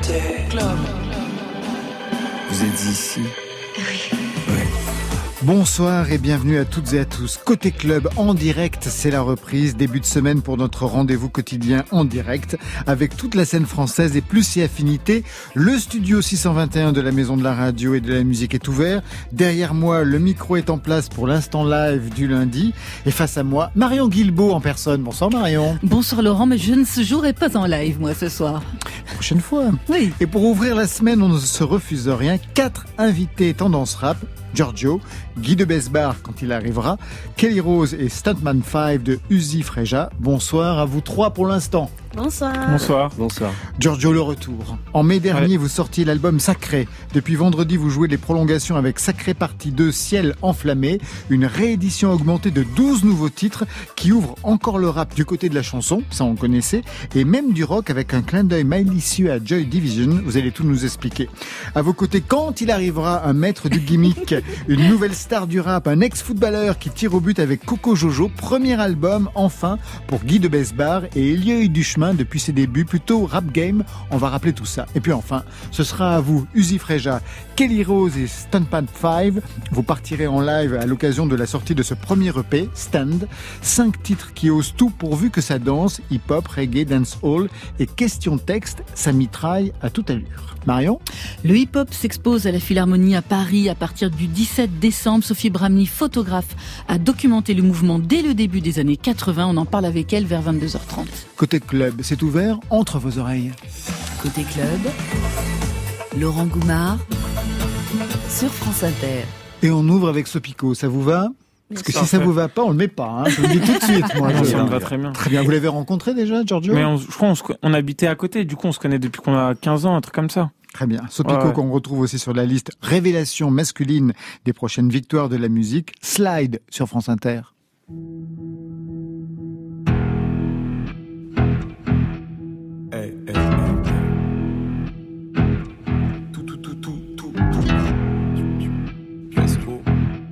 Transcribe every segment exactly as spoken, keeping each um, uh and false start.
Côté Club. Vous êtes ici? Oui. Bonsoir et bienvenue à toutes et à tous. Côté Club en direct, c'est la reprise, début de semaine pour notre rendez-vous quotidien en direct avec toute la scène française et plus si affinité. Le studio six cent vingt et un de la Maison de la Radio et de la Musique est ouvert. Derrière moi, le micro est en place pour l'instant live du lundi. Et face à moi, Marion Guilbault en personne. Bonsoir Marion. Bonsoir Laurent, mais je ne jouerai pas en live moi ce soir. La prochaine fois. Oui. Et pour ouvrir la semaine, on ne se refuse rien. Quatre invités tendance rap. Giorgio, Guy de Besbar quand il arrivera, Kelly Rose et Stuntman cinq de Uzi Freja. Bonsoir à vous trois pour l'instant. Bonsoir. Bonsoir. Bonsoir. Giorgio, le retour. En mai dernier, ouais. vous sortiez l'album Sacré. Depuis vendredi, vous jouez les prolongations avec Sacré Partie deux, Ciel enflammé, une réédition augmentée de douze nouveaux titres qui ouvrent encore le rap du côté de la chanson, ça on connaissait, et même du rock avec un clin d'œil malicieux à Joy Division. Vous allez tout nous expliquer. À vos côtés, quand il arrivera, un maître du gimmick, une nouvelle star du rap, un ex-footballeur qui tire au but avec Coco Jojo, premier album enfin pour Guy de Besbar et Elieu Duchemin depuis ses débuts, plutôt rap game, on va rappeler tout ça. Et puis enfin, ce sera à vous, Uzi Freja, Kelly Rose et Stuntman cinq. Vous partirez en live à l'occasion de la sortie de ce premier E P, Stand. Cinq titres qui osent tout pourvu que ça danse, hip-hop, reggae, dancehall et question texte, ça mitraille à toute allure. Marion ? Le hip-hop s'expose à la Philharmonie à Paris à partir du dix-sept décembre. Sophie Bramley, photographe, a documenté le mouvement dès le début des années quatre-vingts. On en parle avec elle vers vingt-deux heures trente. Côté Club, c'est ouvert entre vos oreilles. Côté Club, Laurent Goumard sur France Inter. Et on ouvre avec Sopico, ça vous va ? Parce que Ça si ça fait. vous va pas, on le met pas. Hein. Je vous le dis tout de suite. Moi, Non, je... ça me va très bien. Très bien. Vous l'avez rencontré déjà, Giorgio ? Mais on, je crois qu'on se- on habitait à côté, du coup on se connaît depuis qu'on a quinze ans, un truc comme ça. Très bien. Sopico Ouais, ouais. qu'on retrouve aussi sur la liste révélation masculine des prochaines victoires de la musique. Slide sur France Inter. Hey, hey, hey. Tout, tout, tout, tout, tout, tout. Let's go.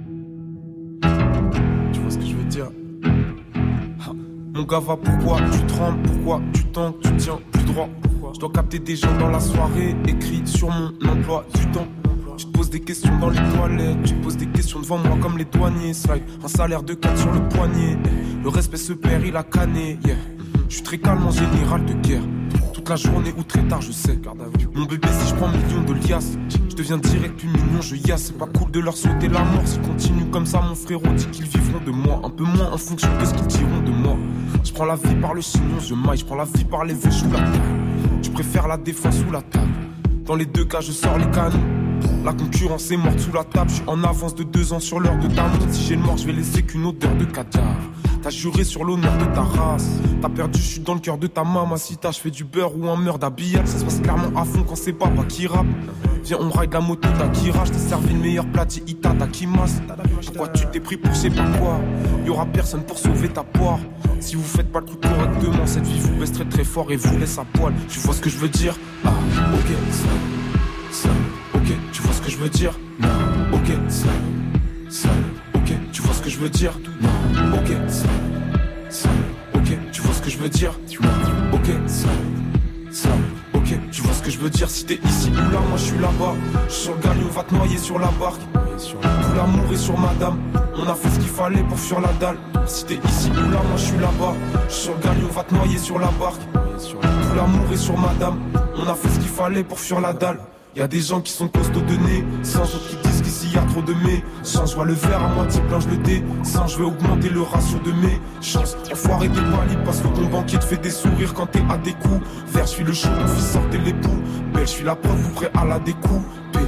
Tu vois ce que je veux dire? Ha. Mon gars va, pourquoi tu trembles? Pourquoi tu tanques? Tu tiens plus droit? Pourquoi? Je dois capter des gens dans la soirée, écrit sur mon emploi du temps. Tu te poses des questions dans les toilettes, tu te poses des questions devant moi comme les douaniers. Slide, un salaire de quatre sur le poignet. Le respect se perd, il a canné. Yeah. Je suis très calme en général de guerre. Toute la journée ou très tard, je sais. Mon bébé, si je prends millions de liasses, je deviens direct plus mignon, je yasse. C'est pas cool de leur souhaiter la mort. S'ils continuent comme ça, mon frérot dit qu'ils vivront de moi. Un peu moins en fonction de ce qu'ils diront de moi. Je prends la vie par le chignon, je maille. Je prends la vie par les vœux, sous la table. Je préfère la défense sous la table. Dans les deux cas, je sors les canons. La concurrence est morte sous la table. Je suis en avance de deux ans sur l'heure de ta montre. Si j'ai le mort, je vais laisser qu'une odeur de cadavre. T'as juré sur l'honneur de ta race. T'as perdu, je suis dans le cœur de ta mamacita. Je fais du beurre ou un meurtre d'habillage. Ça se passe clairement à fond quand c'est papa qui rappe. Viens, on ride la moto d'Akira. Je t'ai servi le meilleur plat d'Ita d'Akimas. Pourquoi tu t'es pris pour je sais pas quoi? Y'aura personne pour sauver ta poire. Si vous faites pas le truc correctement, cette vie vous baisse très très fort et vous laisse à poil. Tu vois ce que je veux dire? Ah, ok, ça, ça, ok, tu vois ce que je veux dire? Non, ok, ça, ça, ok, tu vois ce que je veux dire? Non, ok, ça, ça, ok, tu vois ce que je veux dire? Non, ok, ça, ça, ok, tu vois ce que je veux dire? Si t'es ici ou là, moi je suis là-bas. Je suis sur le galion, va te noyer sur la barque. Tout l'amour est sur madame. On a fait ce qu'il fallait pour fuir la dalle. Si t'es ici ou là, moi je suis là-bas. Je suis sur le galion, va te noyer sur la barque. Tout l'amour est sur madame. On a fait ce qu'il fallait pour fuir la dalle. Y'a des gens qui sont costauds de nez, sans autres qui disent qu'ici y'a trop de mets. Sans je vois le verre à moitié plein, je le dé. Sans je vais augmenter le ratio de mes chances. Enfoiré des paliers parce que ton banquier te fait des sourires quand t'es à des coups. Vert, je suis le chaud, mon fils sortez les poux. Belle, je suis la preuve, vous prêt à la découper.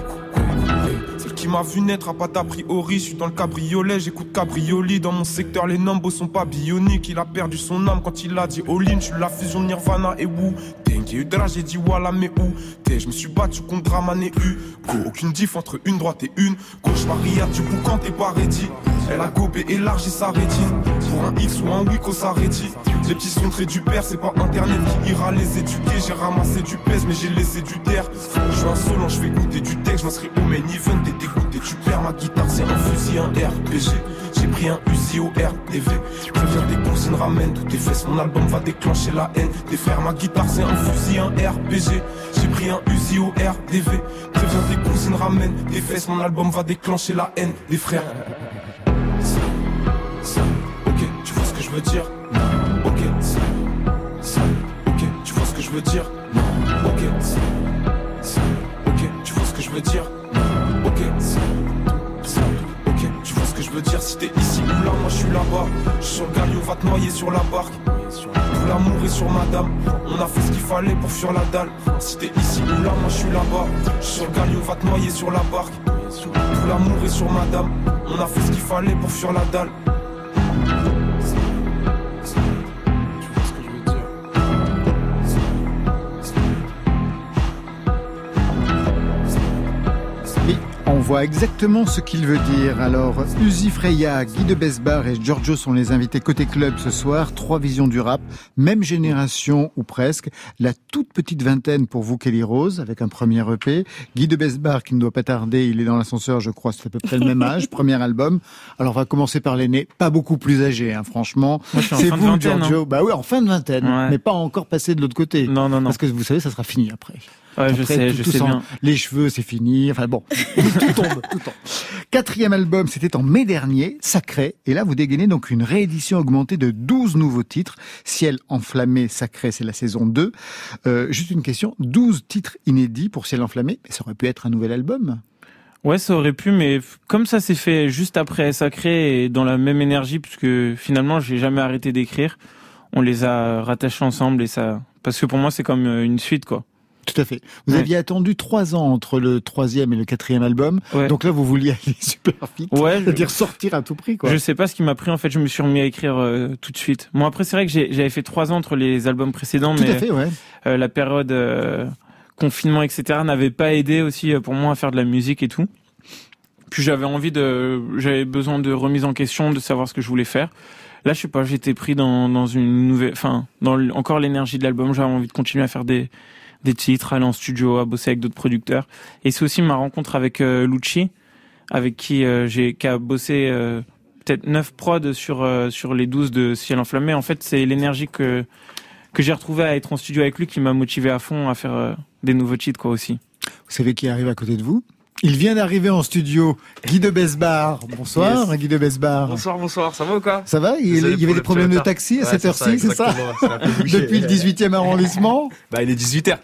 Celle qui m'a vu naître a pas d'a priori. Je suis dans le cabriolet, j'écoute cabrioli. Dans mon secteur, les numbos sont pas bioniques. Il a perdu son âme quand il a dit all-in. Je suis la fusion de Nirvana et Wu. J'ai eu de là, j'ai dit voilà, mais où t'es? Je me suis battu contre Draman et U. Go, aucune diff entre une droite et une gauche. Maria, du coup, quand t'es pas ready, elle a gobé, élargi sa rétine. Pour un X ou un Wiko, ça rédit. Les petits sont très du père, c'est pas internet qui ira les éduquer. J'ai ramassé du pèse, mais j'ai laissé du terre. Je suis insolent, je fais goûter du texte. Je m'inscris au main event, t'es dégoûté. Tu perds ma guitare, c'est un fusil, un R P G. J'ai pris un Uzi au R T V. Je préviens des conseils cousines ramènent toutes tes fesses, mon album va déclencher la haine. Des frères, ma guitare c'est un fusil, un R P G. J'ai pris un Uzi au R D V. Préviens tes cousines ramènent tes fesses, mon album va déclencher la haine. Des frères. Ça, ça, ok, tu vois ce que je veux dire? Ok, ça, ça, ok, tu vois ce que je veux dire? Ok, ça, ça, ok, tu vois ce que je veux dire? Ok, ça, ça, ok, tu vois ce que je veux dire? Si t'es ici ou là, moi je suis là-bas. Je suis sur le galiot, va te noyer sur la barque. Tout l'amour est sur madame. On a fait ce qu'il fallait pour fuir la dalle. Si t'es ici ou là, moi je suis là-bas. Je suis sur le galiot, va te noyer sur la barque. Tout l'amour est sur madame. On a fait ce qu'il fallait pour fuir la dalle. On voit exactement ce qu'il veut dire. Alors, Uzi Freya, Guy de Besbar et Giorgio sont les invités côté club ce soir. Trois visions du rap, même génération ou presque. La toute petite vingtaine pour vous, Kelly Rose, avec un premier E P. Guy de Besbar, qui ne doit pas tarder, il est dans l'ascenseur, je crois, c'est à peu près le même âge. Premier album. Alors, on va commencer par l'aîné, pas beaucoup plus âgé, hein, franchement. Moi, je suis en c'est fin vous, de vingtaine, Giorgio. Hein. Bah oui, en fin de vingtaine, ouais. mais pas encore passé de l'autre côté. Non, non, non. Parce que vous savez, ça sera fini après. Ouais, Après, je sais, tout, je tout sais s'en- bien. Les cheveux, c'est fini. Enfin bon, tout tombe, tout tombe. Quatrième album, c'était en mai dernier, Sacré. Et là, vous dégainez donc une réédition augmentée de douze nouveaux titres. Ciel enflammé, Sacré, c'est la saison deux. Euh, juste une question, douze titres inédits pour Ciel enflammé, mais ça aurait pu être un nouvel album. Ouais, ça aurait pu, mais f- comme ça s'est fait juste après Sacré et dans la même énergie, puisque finalement, j'ai jamais arrêté d'écrire. On les a rattachés ensemble et ça, parce que pour moi, c'est comme euh, une suite, quoi. Tout à fait. Vous Ouais. aviez attendu trois ans entre le troisième et le quatrième album. Ouais. Donc là, vous vouliez aller super vite. Ouais, je- C'est-à-dire sortir à tout prix, quoi. Je sais pas ce qui m'a pris, en fait, je me suis remis à écrire euh, tout de suite. Bon, après, c'est vrai que j'ai, j'avais fait trois ans entre les albums précédents, Tout mais à fait, ouais. euh, la période euh, confinement, et cetera, n'avait pas aidé aussi euh, pour moi à faire de la musique et tout. Puis j'avais envie de, j'avais besoin de remise en question, de savoir ce que je voulais faire. Là, je sais pas, j'étais pris dans, dans une nouvelle, enfin, dans l- encore l'énergie de l'album. J'avais envie de continuer à faire des, des titres, aller en studio, à bosser avec d'autres producteurs. Et c'est aussi ma rencontre avec euh, Lucci, avec qui euh, j'ai, qui a bossé euh, peut-être neuf prods sur euh, sur les douze de Ciel enflammé. En fait, c'est l'énergie que que j'ai retrouvée à être en studio avec lui qui m'a motivé à fond à faire euh, des nouveaux titres, quoi, aussi. Vous savez qui arrive à côté de vous? Il vient d'arriver en studio, Guy de Besbar. Bonsoir, Yes. Guy de Besbar. Bonsoir, bonsoir, ça va ou quoi? Ça va? Il, Désolé il y avait pour des le problèmes petit de retard. taxi à Ouais, cette c'est ça, heure-ci, c'est ça? exactement, c'est un peu bouché. Depuis le dix-huitième arrondissement. Bah, il est dix-huit heures.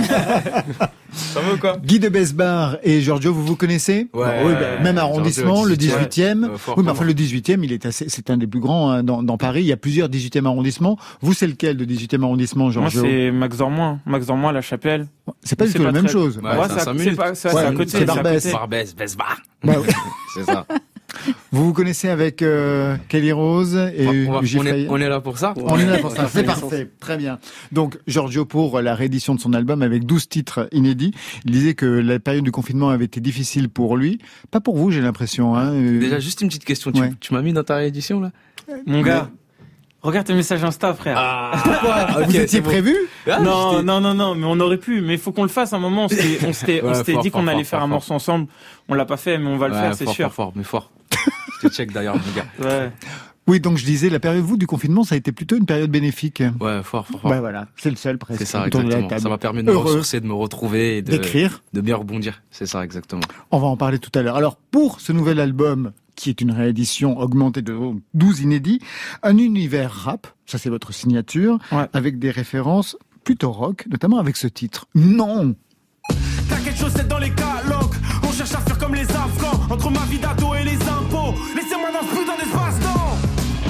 Ça va ou quoi? Guy de Besbar et Giorgio, vous vous connaissez? Ouais. Oui, bah, même arrondissement, Giorgio, le dix-huitième. Euh, fort Oui, mais pas enfin, moi. le dix-huitième, il est assez, c'est un des plus grands hein, dans, dans Paris. Il y a plusieurs dix-huitième arrondissements. Vous, c'est lequel de dix-huitième arrondissement, Moi, Giorgio? c'est Max Dormois, Max Dormois, La Chapelle. C'est pas du c'est tout la pas même très- chose. Ouais, Ouais, c'est à c'est cinq à- c'est minutes. pas, c'est Ouais, à c'est côté. c'est à Barbès. côté. Barbès, Besbar. Bah oui. C'est ça. Vous vous connaissez avec euh, Kelly Rose et On, va- Uzi on est, Freya? on est là pour ça. On est là pour ça, Ouais. c'est parfait, très bien. Donc Giorgio pour la réédition de son album avec douze titres inédits. Il disait que la période du confinement avait été difficile pour lui, pas pour vous j'ai l'impression. Hein. Euh, Déjà, juste une petite question. Tu, Ouais. tu m'as mis dans ta réédition, là? Mon gars, regarde tes messages Insta, frère. Ah, vous étiez prévu? Ah, non, j'étais- non, non, non, mais on aurait pu. Mais il faut qu'on le fasse un moment. On s'était, on s'était, on Ouais, s'était fort, dit qu'on fort, allait fort, faire un fort, morceau ensemble. On l'a pas fait, mais on va le Ouais, faire, c'est fort, sûr. Fort, fort, mais fort. Je te check d'ailleurs, mon gars. Ouais. Oui, donc je disais, la période vous du confinement, ça a été plutôt une période bénéfique. Ouais, fort, fort, fort. Bah voilà, c'est le seul presque. C'est ça, autour de la exactement. table. Ça m'a permis de me Heureux ressourcer, de me retrouver et de, d'écrire. de bien rebondir. C'est ça, exactement. On va en parler tout à l'heure. Alors, pour ce nouvel album, qui est une réédition augmentée de douze inédits, un univers rap, ça c'est votre signature, Ouais. avec des références plutôt rock, notamment avec ce titre. Non! T'as quelque chose, c'est dans les calocs. On cherche à faire comme les Afghans. Entre ma vie d'ado et les impôts. Laissez-moi dans ce putain d'espace-temps.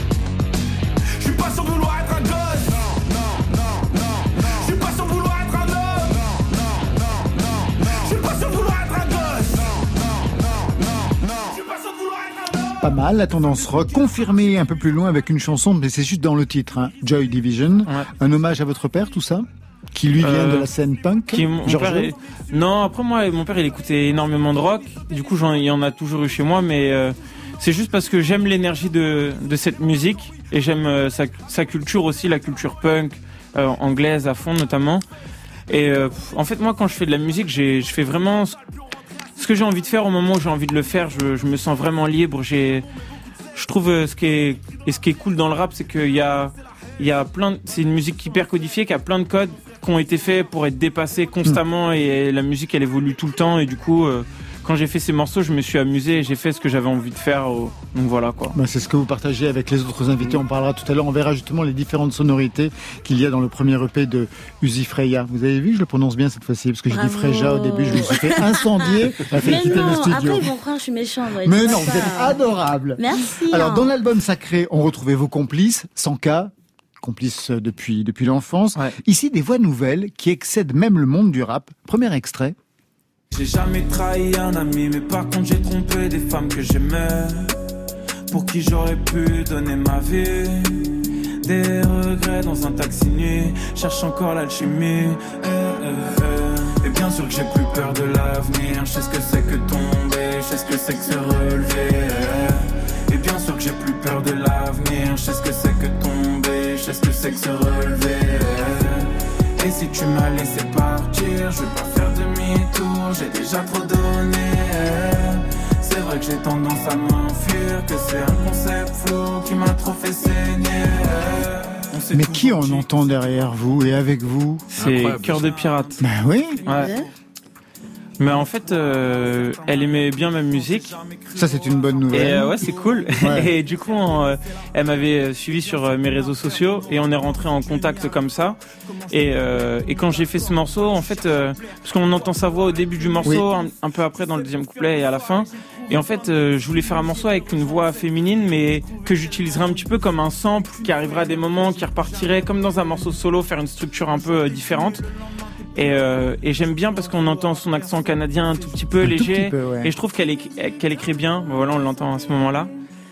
Je suis pas sans vouloir être un gosse. Non, non, non, non, non. Je suis pas sans vouloir être un homme. Non, non, non, non, non. Je suis pas sans vouloir être un gosse. Non, non, non, non, non. Je suis pas sans vouloir être un homme. Pas mal, la tendance rock, confirmée un peu plus loin avec une chanson, mais c'est juste dans le titre, hein, Joy Division. Ouais. Un hommage à votre père, tout ça? Qui lui vient Euh, de la scène punk? Qui, mon Giorgio père est- Non, après moi, mon père, il écoutait énormément de rock. Du coup, j'en, il y en a toujours eu chez moi, mais euh, c'est juste parce que j'aime l'énergie de, de cette musique et j'aime euh, sa, sa culture aussi, la culture punk euh, anglaise à fond notamment. Et euh, en fait, moi, quand je fais de la musique, j'ai, je fais vraiment ce, ce que j'ai envie de faire au moment où j'ai envie de le faire. Je, je me sens vraiment libre. J'ai je trouve euh, ce qui est et ce qui est cool dans le rap, c'est qu'il y a il y a plein de, c'est une musique hyper codifiée qui a plein de codes qui ont été faits pour être dépassés constamment, mmh. et la musique elle évolue tout le temps, et du coup euh, quand j'ai fait ces morceaux, je me suis amusé et j'ai fait ce que j'avais envie de faire. Au... Donc voilà quoi. Bah, c'est ce que vous partagez avec les autres invités. On parlera tout à l'heure. On verra justement les différentes sonorités qu'il y a dans le premier E P de Uzi Freya. Vous avez vu, je le prononce bien cette fois-ci parce que j'ai dit Freja au début. Je me suis fait incendier. Mais fait non, le studio. Après ils vont croire que je suis méchante. Ouais, mais non, vous êtes adorable. Merci. Alors hein. dans l'album Sacré, on retrouvait vos complices, cent K. Complices depuis, depuis l'enfance. Ouais. Ici, des voix nouvelles qui excèdent même le monde du rap. Premier extrait. J'ai jamais trahi un ami, mais par contre j'ai trompé des femmes que j'aimais, pour qui j'aurais pu donner ma vie. Des regrets dans un taxi nuit, cherche encore l'alchimie. Eh, eh, eh. Et bien sûr que j'ai plus peur de l'avenir, je sais ce que c'est que tomber, je sais ce que c'est que se relever. Eh. Et bien sûr que j'ai plus peur de l'avenir, je sais ce que c'est que tomber, je sais ce que c'est que se relever. Eh. Et si tu m'as laissé partir, je vais pas faire demi-tour, j'ai déjà trop donné. C'est vrai que j'ai tendance à m'enfuir, que c'est un concept flou qui m'a trop fait saigner. Mais qui on entend derrière vous et avec vous? C'est Cœur de Pirate. Bah oui. Ouais. Mais en fait, euh, elle aimait bien ma musique. Ça, c'est une bonne nouvelle. Et euh, ouais, c'est cool. Ouais. Et du coup, on, euh, elle m'avait suivi sur euh, mes réseaux sociaux et on est rentré en contact comme ça. Et, euh, et quand j'ai fait ce morceau, en fait, euh, parce qu'on entend sa voix au début du morceau, oui. un, un peu après dans le deuxième couplet et à la fin. Et en fait, euh, je voulais faire un morceau avec une voix féminine, mais que j'utiliserais un petit peu comme un sample qui arriverait à des moments, qui repartirait comme dans un morceau solo, faire une structure un peu euh, différente. Et, euh, et j'aime bien parce qu'on entend son accent canadien un tout petit peu un léger, petit peu, ouais. Et je trouve qu'elle, écrit, qu'elle écrit bien. Voilà, on l'entend à ce moment-là.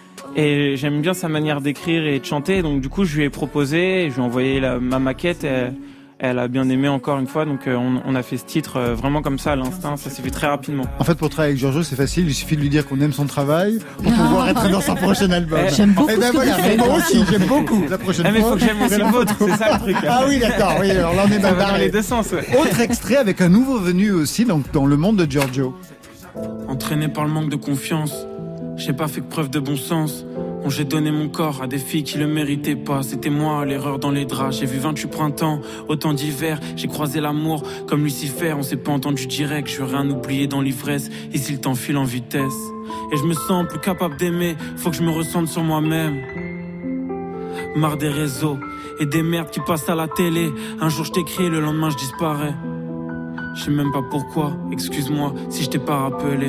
Et j'aime bien sa manière d'écrire et de chanter. Donc du coup, je lui ai proposé, je lui ai envoyé la, ma maquette. Et elle a bien aimé encore une fois. Donc euh, on, on a fait ce titre euh, vraiment comme ça à l'instinct. Ça s'est fait très rapidement. En fait, pour travailler avec Giorgio, c'est facile. Il suffit de lui dire qu'on aime son travail pour pouvoir être dans son prochain album. Eh, j'aime beaucoup. Et ben voilà, moi aussi, j'aime beaucoup. La prochaine ah, mais fois. Mais faut que j'aime aussi le vôtre. C'est ça le truc. Ah oui, d'accord. Oui, alors là, on est dans, dans les deux sens. Ouais. Autre extrait avec un nouveau venu aussi, donc dans le monde de Giorgio. Entraîné par le manque de confiance, j'ai pas fait que preuve de bon sens. Bon, j'ai donné mon corps à des filles qui le méritaient pas. C'était moi, l'erreur dans les draps. J'ai vu vingt-huit printemps, autant d'hiver. J'ai croisé l'amour comme Lucifer. On s'est pas entendu direct, je vais rien oublier dans l'ivresse. Ici le temps file en vitesse et je me sens plus capable d'aimer. Faut que je me ressente sur moi-même. Marre des réseaux et des merdes qui passent à la télé. Un jour je t'écris, le lendemain je disparais. Je sais même pas pourquoi, excuse-moi si je t'ai pas rappelé.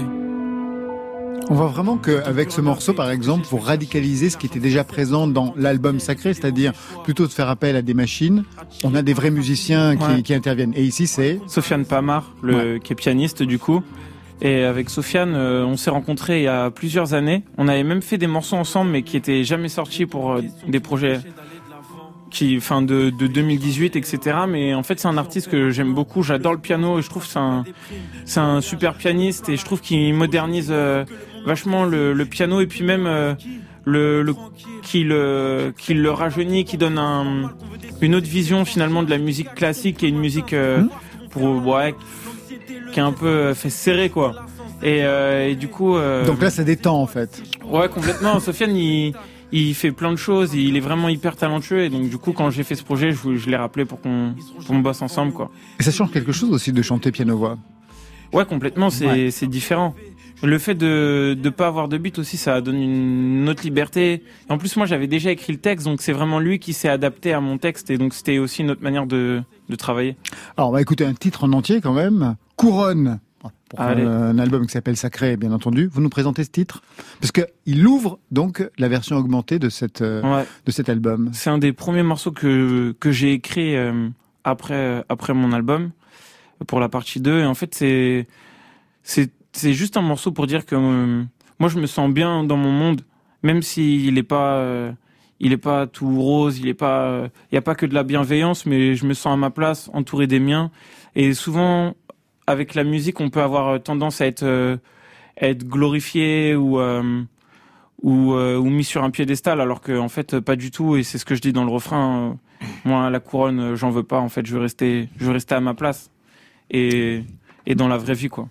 On voit vraiment qu'avec ce morceau, par exemple, vous radicalisez ce qui était déjà présent dans l'album Sacré, c'est-à-dire plutôt de faire appel à des machines. On a des vrais musiciens qui, ouais. qui interviennent. Et ici, c'est Sofiane Pamar, le, ouais. qui est pianiste du coup. Et avec Sofiane, euh, on s'est rencontrés il y a plusieurs années. On avait même fait des morceaux ensemble, mais qui étaient jamais sortis pour euh, des projets qui, enfin, de, de deux mille dix-huit, et cetera. Mais en fait, c'est un artiste que j'aime beaucoup. J'adore le piano et je trouve que c'est un, c'est un super pianiste et je trouve qu'il modernise euh, vachement le, le piano et puis même euh, le, le qui le qui le rajeunit, qui donne un, une autre vision finalement de la musique classique et une musique euh, pour ouais qui est un peu fait serré quoi. Et, euh, et du coup. Euh, Donc là, ça détend en fait. Ouais, complètement. Sofiane, il il fait plein de choses, il est vraiment hyper talentueux et donc du coup quand j'ai fait ce projet, je, je l'ai rappelé pour qu'on, qu'on bosse ensemble quoi. Et ça change quelque chose aussi de chanter piano-voix. Ouais, complètement, c'est ouais. c'est différent. Le fait de de pas avoir de beat aussi, ça donne une autre liberté. Et en plus moi j'avais déjà écrit le texte, donc c'est vraiment lui qui s'est adapté à mon texte et donc c'était aussi une autre manière de de travailler. Alors on va écouter un titre en entier quand même. Couronne. Pour un, un album qui s'appelle Sacré, bien entendu. Vous nous présentez ce titre parce que il ouvre donc la version augmentée de cette ouais. de cet album. C'est un des premiers morceaux que que j'ai écrit euh, après après mon album pour la partie deux et en fait c'est c'est c'est juste un morceau pour dire que euh, moi je me sens bien dans mon monde même s'il est pas euh, il est pas tout rose, il est pas il euh, y a pas que de la bienveillance mais je me sens à ma place entouré des miens et souvent avec la musique, on peut avoir tendance à être euh, être glorifié ou euh, ou euh, ou mis sur un piédestal, alors que en fait pas du tout. Et c'est ce que je dis dans le refrain. Euh, moi, la couronne, j'en veux pas. En fait, je veux rester, je veux rester à ma place et et dans la vraie vie, quoi.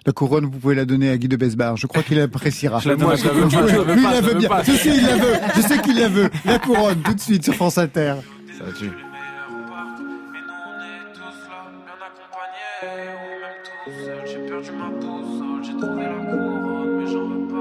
La couronne, vous pouvez la donner à Guy de Besbar. Je crois qu'il appréciera. Je la donne, je la veux, je la veux Lui, pas, il la je veut veux bien. pas. Si, si, il la veut. Je sais qu'il la veut. La couronne, tout de suite sur France Inter. Ça tue. J'ai perdu ma boussole, j'ai trouvé la couronne, mais j'en veux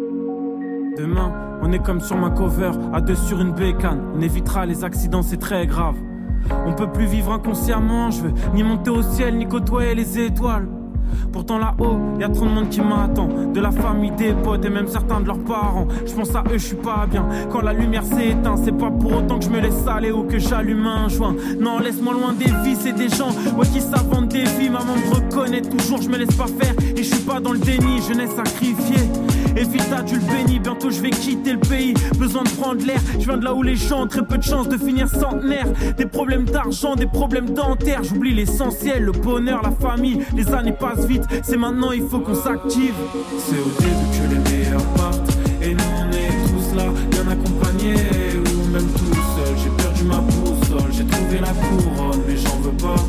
pas. Demain, on est comme sur ma cover, à deux sur une bécane. On évitera les accidents, c'est très grave. On peut plus vivre inconsciemment, je veux ni monter au ciel, ni côtoyer les étoiles. Pourtant là-haut, y'a trop de monde qui m'attend. De la famille, des potes et même certains de leurs parents. Je pense à eux, je suis pas bien. Quand la lumière s'éteint, c'est pas pour autant que je me laisse aller ou que j'allume un joint. Non, laisse-moi loin des vices et des gens, ouais, qui savent vendre des vies. Maman me reconnaît toujours, je me laisse pas faire. Et je suis pas dans le déni, jeunesse sacrifiée. Et vite adulte béni, bientôt je vais quitter le pays. Besoin de prendre l'air, je viens de là où les gens ont très peu de chance de finir centenaire. Des problèmes d'argent, des problèmes dentaires. J'oublie l'essentiel, le bonheur, la famille. Les années passent vite, c'est maintenant, il faut qu'on s'active. C'est au début que les meilleurs partent. Et nous on est tous là, bien accompagnés. Ou même tout seul, j'ai perdu ma boussole. J'ai trouvé la couronne, mais j'en veux pas.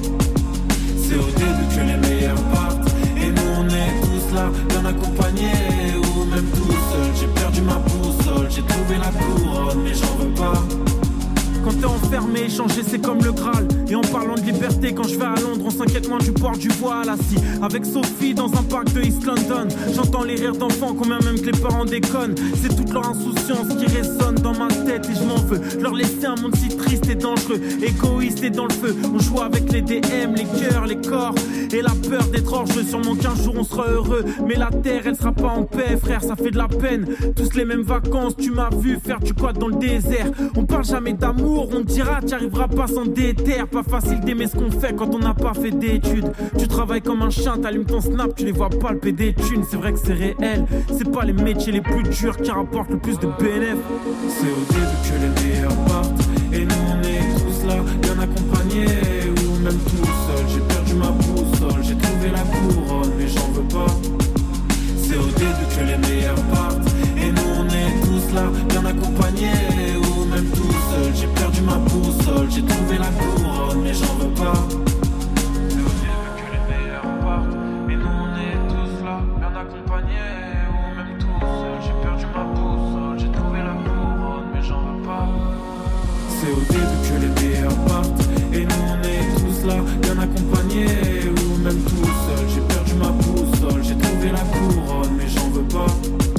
C'est au début que les meilleurs partent. Et nous on est tous là, bien accompagnés. Même tout seul, j'ai perdu ma boussole, j'ai trouvé la couronne, mais j'en veux pas. Quand t'es enfermé, changer c'est comme le Graal. Et en parlant de liberté, quand je vais à Londres, on s'inquiète moins du port du voile assis. Avec Sophie dans un parc de East London, j'entends les rires d'enfants, combien même que les parents déconnent. C'est toute leur insouciance qui résonne dans ma tête et je m'en veux. Je leur laissais un monde si triste et dangereux, égoïste et dans le feu. On joue avec les D M, les cœurs, les corps et la peur d'être orgueilleux. Sûrement qu'un jour on sera heureux, mais la terre elle sera pas en paix, frère, ça fait de la peine. Tous les mêmes vacances, tu m'as vu faire du quad dans le désert. On parle jamais d'amour, on te dira t'y arriveras pas sans déter. Pas facile d'aimer ce qu'on fait quand on n'a pas fait d'études. Tu travailles comme un chien, t'allumes ton snap, tu les vois palper des thunes. C'est vrai que c'est réel, c'est pas les métiers les plus durs qui rapportent le plus de bénéfices. C'est au début que les meilleurs partent. Et nous on est tous là, bien accompagnés. Ou même tout seul, j'ai perdu ma boussole. J'ai trouvé la couronne, mais j'en veux pas. C'est au début que les meilleurs partent. Et nous on est tous là, bien accompagnés. Ou même tout seul, j'ai perdu ma boussole. J'ai trouvé la couronne, mais j'en veux pas. C'est au début que les meilleurs partent. Et nous on est tous là, bien accompagnés. Ou même tout seul, j'ai perdu ma boussole. J'ai trouvé la couronne, mais j'en veux pas. C'est au début que les meilleurs partent. Et nous on est tous là, bien accompagnés. Ou même tout seul, j'ai perdu ma boussole. J'ai trouvé la couronne, mais j'en veux pas.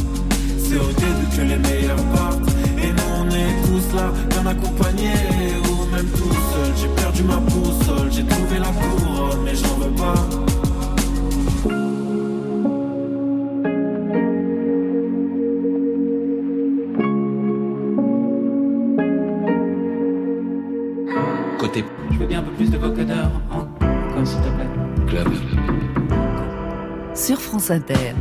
C'est au début que les meilleurs partent. Et nous on est tous là, bien accompagnés. Ou même tout seul, j'ai perdu ma boussole. J'ai trouvé la couronne, mais j'en veux pas. Côté. Je veux bien un peu plus de vocodeur, encore s'il te plaît. Club. Sur France Inter.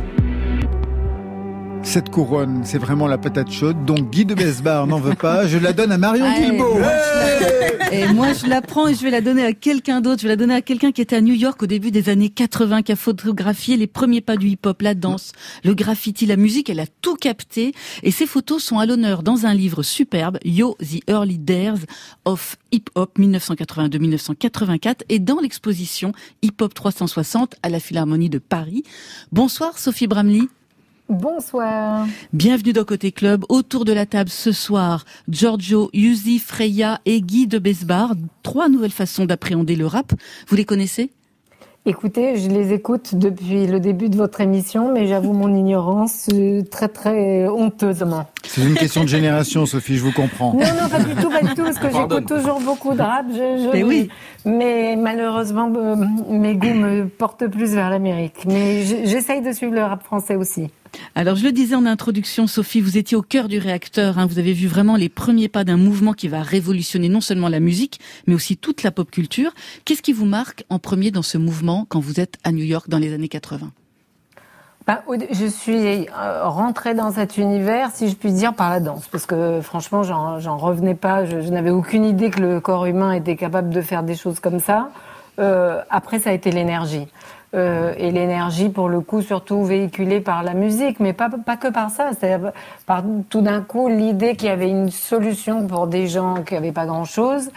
Cette couronne, c'est vraiment la patate chaude. Donc Guy de Besbar n'en veut pas. Je la donne à Marion Allez, Guilbault. moi, la... Et moi, je la prends et je vais la donner à quelqu'un d'autre. Je vais la donner à quelqu'un qui était à New York au début des années quatre-vingts, qui a photographié les premiers pas du hip-hop, la danse, le graffiti, la musique. Elle a tout capté. Et ses photos sont à l'honneur dans un livre superbe, Yo, The Early Days of Hip-Hop dix-neuf cent quatre-vingt-deux à dix-neuf cent quatre-vingt-quatre, et dans l'exposition Hip-Hop trois cent soixante à la Philharmonie de Paris. Bonsoir Sophie Bramley. Bonsoir. Bienvenue dans Côté Club. Autour de la table ce soir, Giorgio, Yuzi, Freya et Guy de Besbar. Trois nouvelles façons d'appréhender le rap. Vous les connaissez ? Écoutez, je les écoute depuis le début de votre émission, mais j'avoue mon ignorance euh, très très honteusement. C'est une question de génération, Sophie, je vous comprends. Non, non, pas du tout, pas du tout, parce que j'écoute toujours beaucoup de rap. Je, je, mais oui. Mais malheureusement, euh, mes goûts me portent plus vers l'Amérique. Mais j'essaye de suivre le rap français aussi. Alors, je le disais en introduction, Sophie, vous étiez au cœur du réacteur. Hein, vous avez vu vraiment les premiers pas d'un mouvement qui va révolutionner non seulement la musique, mais aussi toute la pop culture. Qu'est-ce qui vous marque en premier dans ce mouvement quand vous êtes à New York dans les années quatre-vingts ? Ben, je suis rentrée dans cet univers, si je puis dire, par la danse. Parce que franchement, j'en, j'en revenais pas. Je, je n'avais aucune idée que le corps humain était capable de faire des choses comme ça. Euh, après, ça a été l'énergie. Euh, et l'énergie, pour le coup, surtout véhiculée par la musique, mais pas, pas que par ça. C'est-à-dire par tout d'un coup l'idée qu'il y avait une solution pour des gens qui n'avaient pas grand-chose,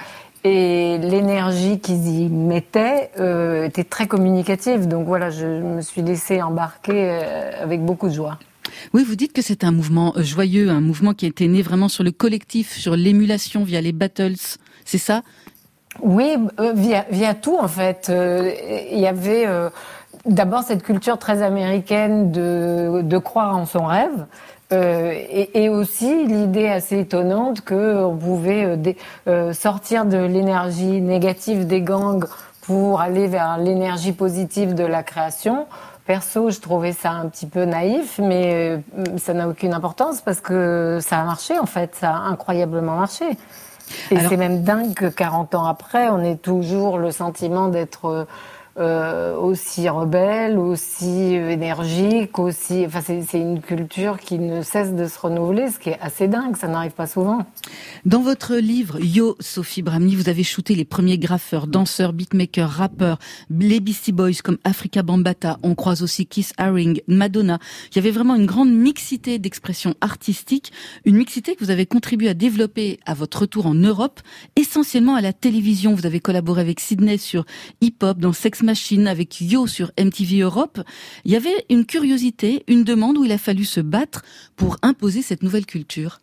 Et l'énergie qu'ils y mettaient euh, était très communicative. Donc voilà, je me suis laissée embarquer euh, avec beaucoup de joie. Oui, vous dites que c'est un mouvement joyeux, un mouvement qui a été né vraiment sur le collectif, sur l'émulation via les battles, c'est ça ? Oui, euh, via, via tout en fait. Euh, il y avait euh, d'abord cette culture très américaine de, de croire en son rêve. Euh, et, et aussi l'idée assez étonnante qu'on pouvait euh, dé, euh, sortir de l'énergie négative des gangs pour aller vers l'énergie positive de la création. Perso, je trouvais ça un petit peu naïf, mais euh, ça n'a aucune importance parce que ça a marché en fait, ça a incroyablement marché. Et Alors... c'est même dingue que quarante ans après, on ait toujours le sentiment d'être euh, aussi rebelle, aussi énergique, aussi. Enfin, c'est, c'est une culture qui ne cesse de se renouveler, ce qui est assez dingue. Ça n'arrive pas souvent. Dans votre livre Yo, Sophie Bramley, vous avez shooté les premiers graffeurs, danseurs, beatmakers, rappeurs, les Beastie Boys comme Afrika Bambaataa. On croise aussi Keith Haring, Madonna. Il y avait vraiment une grande mixité d'expressions artistiques, une mixité que vous avez contribué à développer à votre retour en Europe, essentiellement à la télévision. Vous avez collaboré avec Sydney sur Hip Hop, dans Sex Machine, avec Yo sur M T V Europe. Il y avait une curiosité, une demande où il a fallu se battre pour imposer cette nouvelle culture.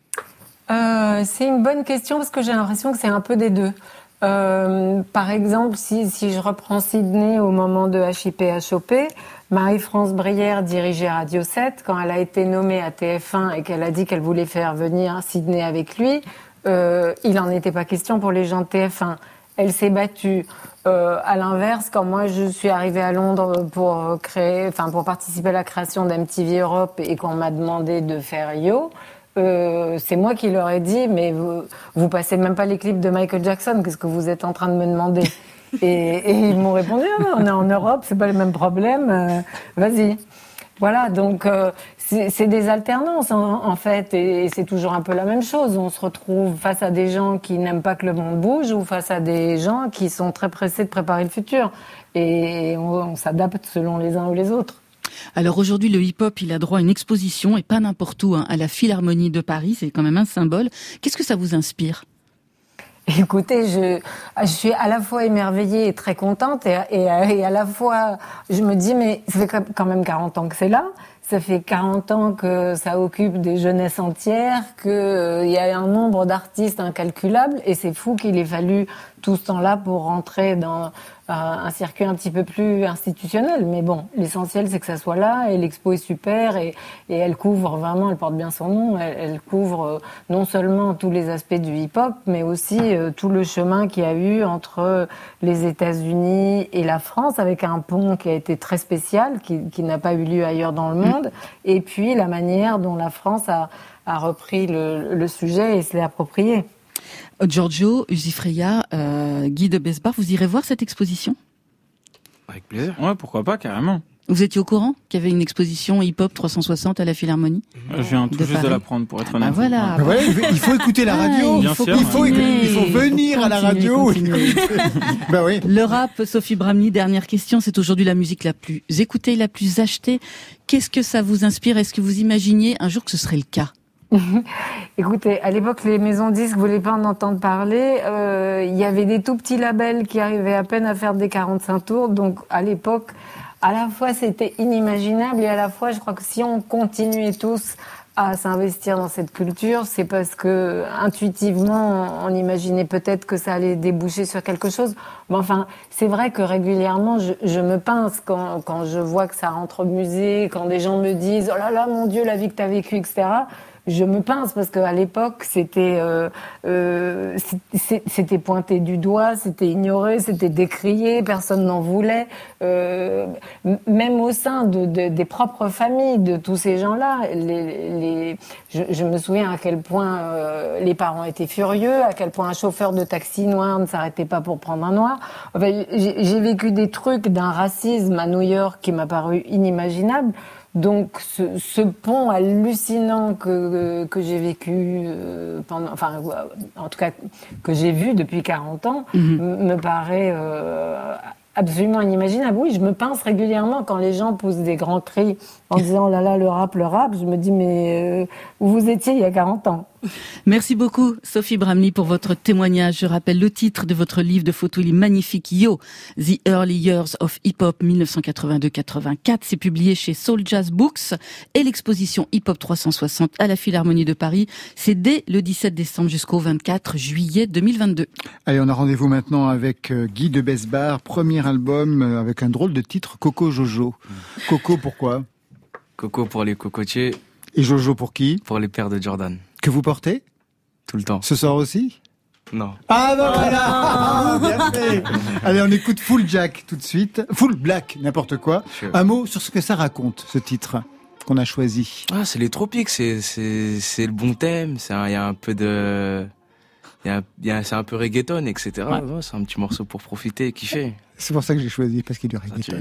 Euh, c'est une bonne question parce que j'ai l'impression que c'est un peu des deux. Euh, par exemple, si, si je reprends Sydney au moment de H I P H O P, Marie-France Brière dirigeait Radio sept. Quand elle a été nommée à T F un et qu'elle a dit qu'elle voulait faire venir Sydney avec lui, euh, il n'en était pas question pour les gens de T F un. Elle s'est battue. Euh, à l'inverse, quand moi je suis arrivée à Londres pour créer, enfin pour participer à la création d'M T V Europe et qu'on m'a demandé de faire Yo, euh, c'est moi qui leur ai dit mais vous, vous passez même pas les clips de Michael Jackson, qu'est-ce que vous êtes en train de me demander ? et, et ils m'ont répondu ah, on est en Europe, c'est pas le même problème, euh, vas-y. Voilà, donc euh, c'est, c'est des alternances en, en fait, et, et c'est toujours un peu la même chose. On se retrouve face à des gens qui n'aiment pas que le monde bouge ou face à des gens qui sont très pressés de préparer le futur. Et on, on s'adapte selon les uns ou les autres. Alors aujourd'hui, le hip-hop, il a droit à une exposition, et pas n'importe où, hein, à la Philharmonie de Paris, c'est quand même un symbole. Qu'est-ce que ça vous inspire ? Écoutez, je, je suis à la fois émerveillée et très contente et, et, et à la fois, je me dis, mais ça fait quand même quarante ans que c'est là. Ça fait quarante ans que ça occupe des jeunesses entières, qu'il euh, y a un nombre d'artistes incalculable et c'est fou qu'il ait fallu tout ce temps-là pour rentrer dans euh, un circuit un petit peu plus institutionnel. Mais bon, l'essentiel c'est que ça soit là et l'expo est super et, et elle couvre vraiment, elle porte bien son nom, elle, elle couvre euh, non seulement tous les aspects du hip-hop, mais aussi euh, tout le chemin qu'il y a eu entre les États-Unis et la France avec un pont qui a été très spécial, qui, qui n'a pas eu lieu ailleurs dans le monde. Et puis la manière dont la France a, a repris le, le sujet et se l'est approprié. Giorgio, Usifreya, euh, Guy de Besbar, vous irez voir cette exposition ? Avec plaisir. Ouais, pourquoi pas, carrément. Vous étiez au courant qu'il y avait une exposition hip-hop trois cent soixante à la Philharmonie ? Je viens tout de juste Paris. de l'apprendre, pour être honnête. Ah, voilà. Ah, voilà. Il faut écouter la radio. Ah, il, faut, sûr, il, faut, continuer, il faut venir à la radio. bah oui. Le rap, Sophie Bramley, dernière question. C'est aujourd'hui la musique la plus écoutée, la plus achetée. Qu'est-ce que ça vous inspire ? Est-ce que vous imaginiez un jour que ce serait le cas ? Écoutez, à l'époque, les maisons de disques voulaient pas en entendre parler. Euh, il y avait des tout petits labels qui arrivaient à peine à faire des quarante-cinq tours. Donc, à l'époque, à la fois, c'était inimaginable et à la fois, je crois que si on continuait tous à s'investir dans cette culture, c'est parce que intuitivement, on imaginait peut-être que ça allait déboucher sur quelque chose. Mais enfin, c'est vrai que régulièrement, je, je me pince quand, quand je vois que ça rentre au musée, quand des gens me disent « Oh là là, mon Dieu, la vie que t'as vécue, et cetera » Je me pince parce qu'à l'époque, c'était euh, euh, c'était pointé du doigt, c'était ignoré, c'était décrié, personne n'en voulait. Euh, même au sein de, de, des propres familles de tous ces gens-là, les, les, je, je me souviens à quel point euh, les parents étaient furieux, à quel point un chauffeur de taxi noir ne s'arrêtait pas pour prendre un noir. Enfin, j'ai, j'ai vécu des trucs d'un racisme à New York qui m'a paru inimaginable. Donc, ce, ce pont hallucinant que, que j'ai vécu euh, pendant, enfin, en tout cas, que j'ai vu depuis quarante ans, mm-hmm. me paraît euh, absolument inimaginable. Oui, je me pince régulièrement quand les gens poussent des grands cris en disant « Oh là là, le rap, le rap », je me dis « Mais euh, où vous étiez il y a quarante ans ?» Merci beaucoup, Sophie Bramley, pour votre témoignage. Je rappelle le titre de votre livre de photos, il est magnifique, Yo, The Early Years of Hip Hop dix-neuf cent quatre-vingt-deux quatre-vingt-quatre. C'est publié chez Soul Jazz Books et l'exposition Hip Hop trois cent soixante à la Philharmonie de Paris. C'est dès le dix-sept décembre jusqu'au vingt-quatre juillet deux mille vingt-deux. Allez, on a rendez-vous maintenant avec Guy de Besbar, premier album avec un drôle de titre, Coco Jojo. Coco, pourquoi ? Coco pour les cocotiers. Et Jojo pour qui ? Pour les paires de Jordan. Que vous portez ? Tout le temps. Ce soir aussi ? Non. Ah ben voilà ah, bien fait. Allez, on écoute Full Jack tout de suite. Full Black, n'importe quoi. Sure. Un mot sur ce que ça raconte, ce titre qu'on a choisi. Ah, c'est les tropiques, c'est, c'est, c'est le bon thème. Il y a un peu de... Y a, y a, c'est un peu reggaeton, et cetera. Ouais. Ouais, c'est un petit morceau pour profiter et kiffer. C'est pour ça que j'ai choisi, parce qu'il y a du reggaeton.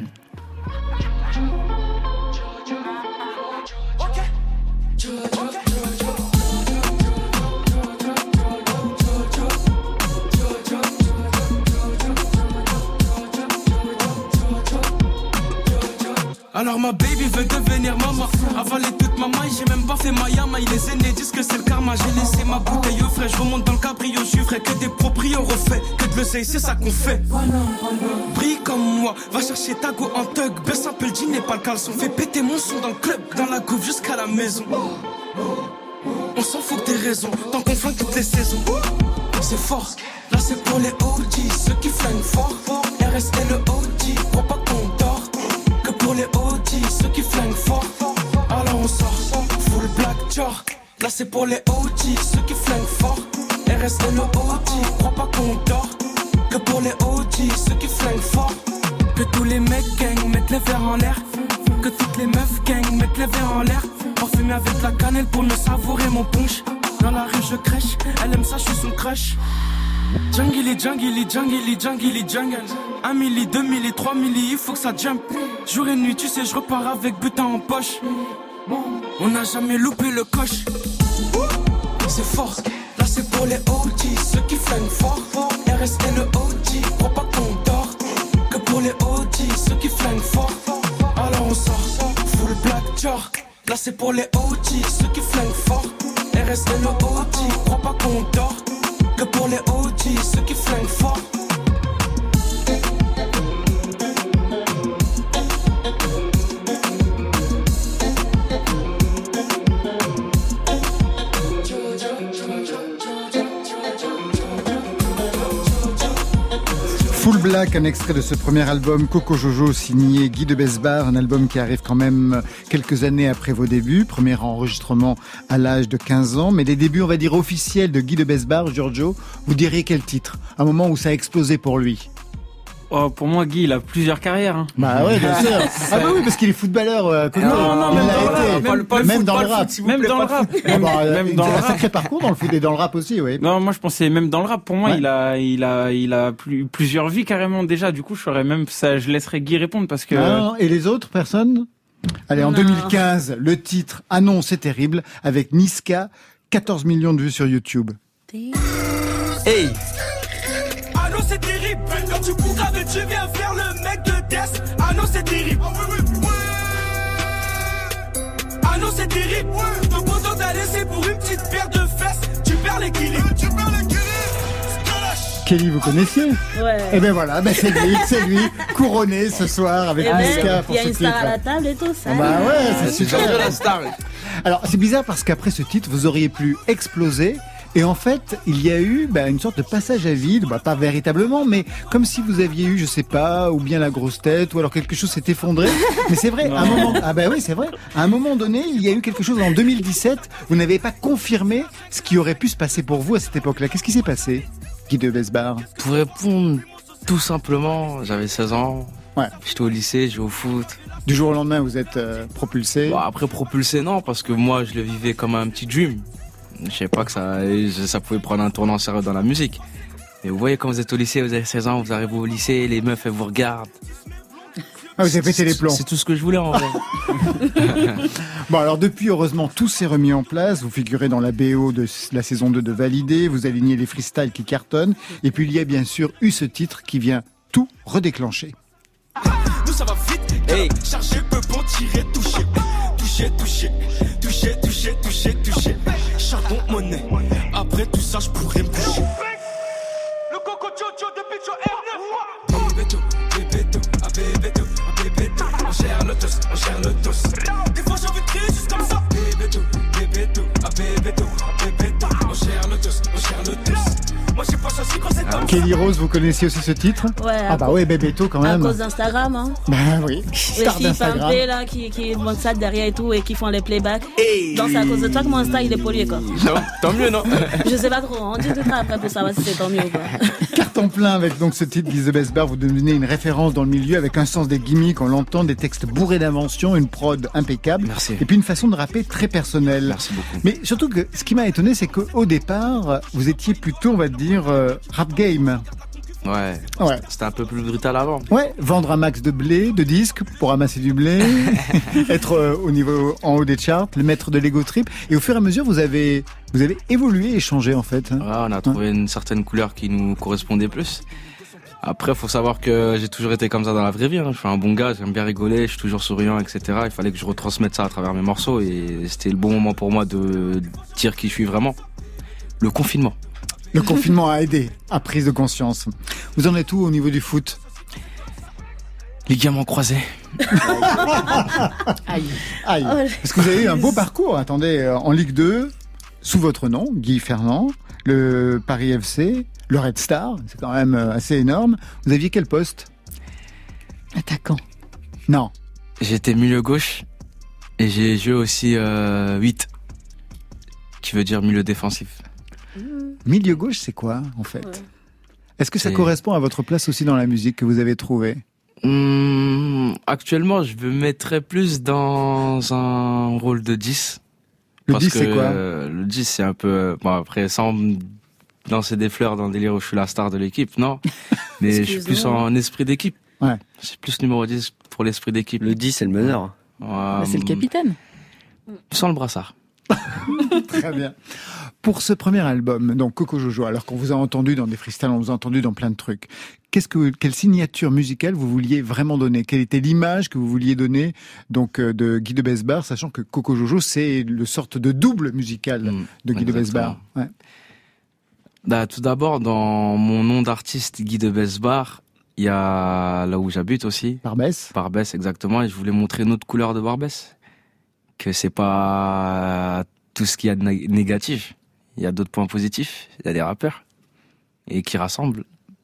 Alors ma baby veut devenir maman. Avaler toute ma maille, j'ai même pas fait ma yama. Les aînés disent que c'est le karma. J'ai laissé ma bouteille au frais. Je remonte dans le cabrio, je ferai que des proprios refaits. Que de l'oseille, c'est ça qu'on fait. Brille comme moi, va chercher ta go en tug. Baisse un peu le jean et pas le caleçon. Fais péter mon son dans le club, dans la coupe jusqu'à la maison. On s'en fout que des raisons, tant qu'on flingue toutes les saisons. C'est fort, là c'est pour les O G, ceux qui flinguent fort. R S T le O G, crois pas qu'on dort. Que pour les O G, ceux qui flinguent fort. Alors on sort, full black jar. Là c'est pour les O G, ceux qui flinguent fort. R S T le O G, crois pas qu'on dort. Que pour les O G, ceux qui flinguent fort. Que tous les mecs gang mettent les verres en l'air. Que toutes les meufs gang mettent les verres en l'air. Parfumé avec la cannelle pour me savourer mon punch. Dans la rue je crèche, elle aime ça, je suis son crush. Jungly, jungly, jungly, jungly, jungle. Un milli, deux milli, trois milli, il faut que ça jump. Jour et nuit, tu sais, je repars avec butin en poche. On n'a jamais loupé le coche. C'est fort, là c'est pour les O G, ceux qui flinguent fort. R S T le O G, crois pas qu'on dort. Que pour les O G, ceux qui flinguent fort. Alors on sort, full black jar. Là c'est pour les O G, ceux qui flinguent fort. R S T le O G, crois pas qu'on dort. Que pour les O G, ceux qui flinguent fort. Full Black, un extrait de ce premier album Coco Jojo signé Guy de Besbar, un album qui arrive quand même quelques années après vos débuts, premier enregistrement à l'âge de quinze ans, mais les débuts on va dire officiels de Guy de Besbar, Giorgio, vous diriez quel titre ? Un moment où ça a explosé pour lui ? Oh, pour moi, Guy, il a plusieurs carrières. Hein. Bah ouais, bien sûr. Ah bah oui, parce qu'il est footballeur. Euh, non, non, non, même, dans été, même, pas, même dans le rap. Même dans le rap. Même, bah, même dans le rap. Un sacré parcours dans le foot et dans le rap aussi, oui. Non, moi je pensais même dans le rap. Pour moi, ouais. il a, il a, il a plus, plusieurs vies carrément déjà. Du coup, je ferais même ça. Je laisserais Guy répondre parce que. Ah, et les autres personnes ? Allez, en non. deux mille quinze, le titre « Ah non, c'est terrible » avec Niska, quatorze millions de vues sur YouTube. Hey. Ah non, c'est terrible. Quand tu cours avec, tu viens faire le mec de Death. Ah non, c'est terrible. Ah non, c'est terrible. Ton content t'as laissé pour une petite paire de fesses. Tu perds l'équilibre. Tu perds l'équilibre. Kelly, vous connaissiez ? Ouais. Et ben voilà, ben c'est lui, c'est lui, couronné ce soir avec Niska pour ce titre. Il y a une star à la table et tout ça. Bah ouais, c'est super. super. La star. Alors c'est bizarre parce qu'après ce titre, vous auriez pu exploser. Et en fait, il y a eu bah, une sorte de passage à vide, bah, pas véritablement, mais comme si vous aviez eu, je sais pas, ou bien la grosse tête, ou alors quelque chose s'est effondré. Mais c'est vrai, à un moment, ah bah oui, c'est vrai. À un moment donné, il y a eu quelque chose en deux mille dix-sept. Vous n'avez pas confirmé ce qui aurait pu se passer pour vous à cette époque-là. Qu'est-ce qui s'est passé, Guy de Besbar ? Pour répondre tout simplement, j'avais seize ans. Ouais. J'étais au lycée, je jouais au foot. Du jour au lendemain, vous êtes euh, propulsé. Bon, après propulsé, non, parce que moi, je le vivais comme un petit dream. Je savais pas que ça, ça pouvait prendre un tournant sérieux dans la musique. Et vous voyez, quand vous êtes au lycée, vous avez seize ans, vous arrivez au lycée, les meufs, elles vous regardent. Ah, vous avez pété les plombs. C'est tout ce que je voulais, en vrai. Bon, alors depuis, heureusement, tout s'est remis en place. Vous figurez dans la B O de la saison deux de Validé. Vous alignez les freestyles qui cartonnent. Et puis, il y a bien sûr eu ce titre qui vient tout redéclencher. Nous, ça va vite. Hey. Charger, peu bon, tirer, toucher. Toucher, toucher. Toucher, toucher, toucher, toucher. charbon, monnaie. Après tout ça, je pourrais me coucher. Le coco chocho de Picho R neuf. Bébéto, bébéto, ah bébéto, ah bébéto. On gère le dos, on gère le dos. Des fois j'ai envie de crier juste comme ça. Bébéto, bébéto, ah bébéto, ah bébéto. On gère le dos, on gère le dos. Moi j'ai pas choisi quand c'est comme Kelly Rose, vous connaissiez aussi ce titre? Ouais. Ah bah ouais, Bébéto quand même. À cause d'Instagram, hein. Bah oui. Star Les filles d'Instagram. pimpées là qui, qui montent ça derrière et tout et qui font les playbacks. Hey. Donc c'est à cause de toi que mon Insta il est pollué quoi. Non, tant mieux, non? Je sais pas trop, on discutera après pour savoir si c'est tant mieux ou pas. Carton plein avec donc ce titre Guy The Best Bar, vous devenez une référence dans le milieu avec un sens des gimmicks, on l'entend, des textes bourrés d'inventions, une prod impeccable. Merci. Et puis une façon de rapper très personnelle. Merci beaucoup. Mais surtout que ce qui m'a étonné, c'est qu'au départ, vous étiez plutôt, on va dire, euh, rap game. Ouais. Ouais. C'était un peu plus brutal avant. Ouais, vendre un max de blé, de disques pour ramasser du blé, être euh, au niveau en haut des charts, le maître de l'ego trip. Et au fur et à mesure, vous avez vous avez évolué et changé en fait. Hein. Ouais, on a trouvé une certaine couleur qui nous correspondait plus. Après, faut savoir que j'ai toujours été comme ça dans la vraie vie. Hein. Je suis un bon gars, j'aime bien rigoler, je suis toujours souriant, et cetera. Il fallait que je retransmette ça à travers mes morceaux et c'était le bon moment pour moi de dire qui je suis vraiment. Le confinement. Le confinement a aidé à prise de conscience. Vous en êtes où au niveau du foot? Ligaments croisés. Aïe. Aïe. Parce que vous avez eu un beau parcours. Attendez, euh, en Ligue deux, sous votre nom, Guy Fernand, le Paris F C, le Red Star, c'est quand même euh, assez énorme. Vous aviez quel poste? Attaquant. Non. J'étais milieu gauche et j'ai joué aussi euh, huit, qui veut dire milieu défensif. Milieu gauche, c'est quoi, en fait? Ouais. Est-ce que ça C'est- correspond à votre place aussi dans la musique que vous avez trouvée? Hum, actuellement, je me mettrais plus dans un rôle de dix. Le Parce dix, que, c'est quoi? euh, Le dix, c'est un peu... Bon, après, sans me lancer des fleurs dans le délire où je suis la star de l'équipe, non. Mais je suis plus Excuse-moi. en esprit d'équipe. Ouais. C'est plus numéro dix pour l'esprit d'équipe. Le dix, c'est le meneur. Ouais, Bah, c'est le capitaine. Sans le brassard. Très bien. Pour ce premier album, donc Coco Jojo, alors qu'on vous a entendu dans des freestyles, on vous a entendu dans plein de trucs, qu'est-ce que, quelle signature musicale vous vouliez vraiment donner? Quelle était l'image que vous vouliez donner donc euh, de Guy de Besbar, sachant que Coco Jojo, c'est le sorte de double musical Mmh, de Guy de exactement. Besbar. Ouais. Bah, tout d'abord, dans mon nom d'artiste, Guy de Besbar, il y a là où j'habite aussi. Barbès. Barbès, exactement. Et je voulais montrer une autre couleur de Barbès. Que c'est pas tout ce qu'il y a de né- négatif. Il y a d'autres points positifs. Il y a des rappeurs. Et qui rassemblent.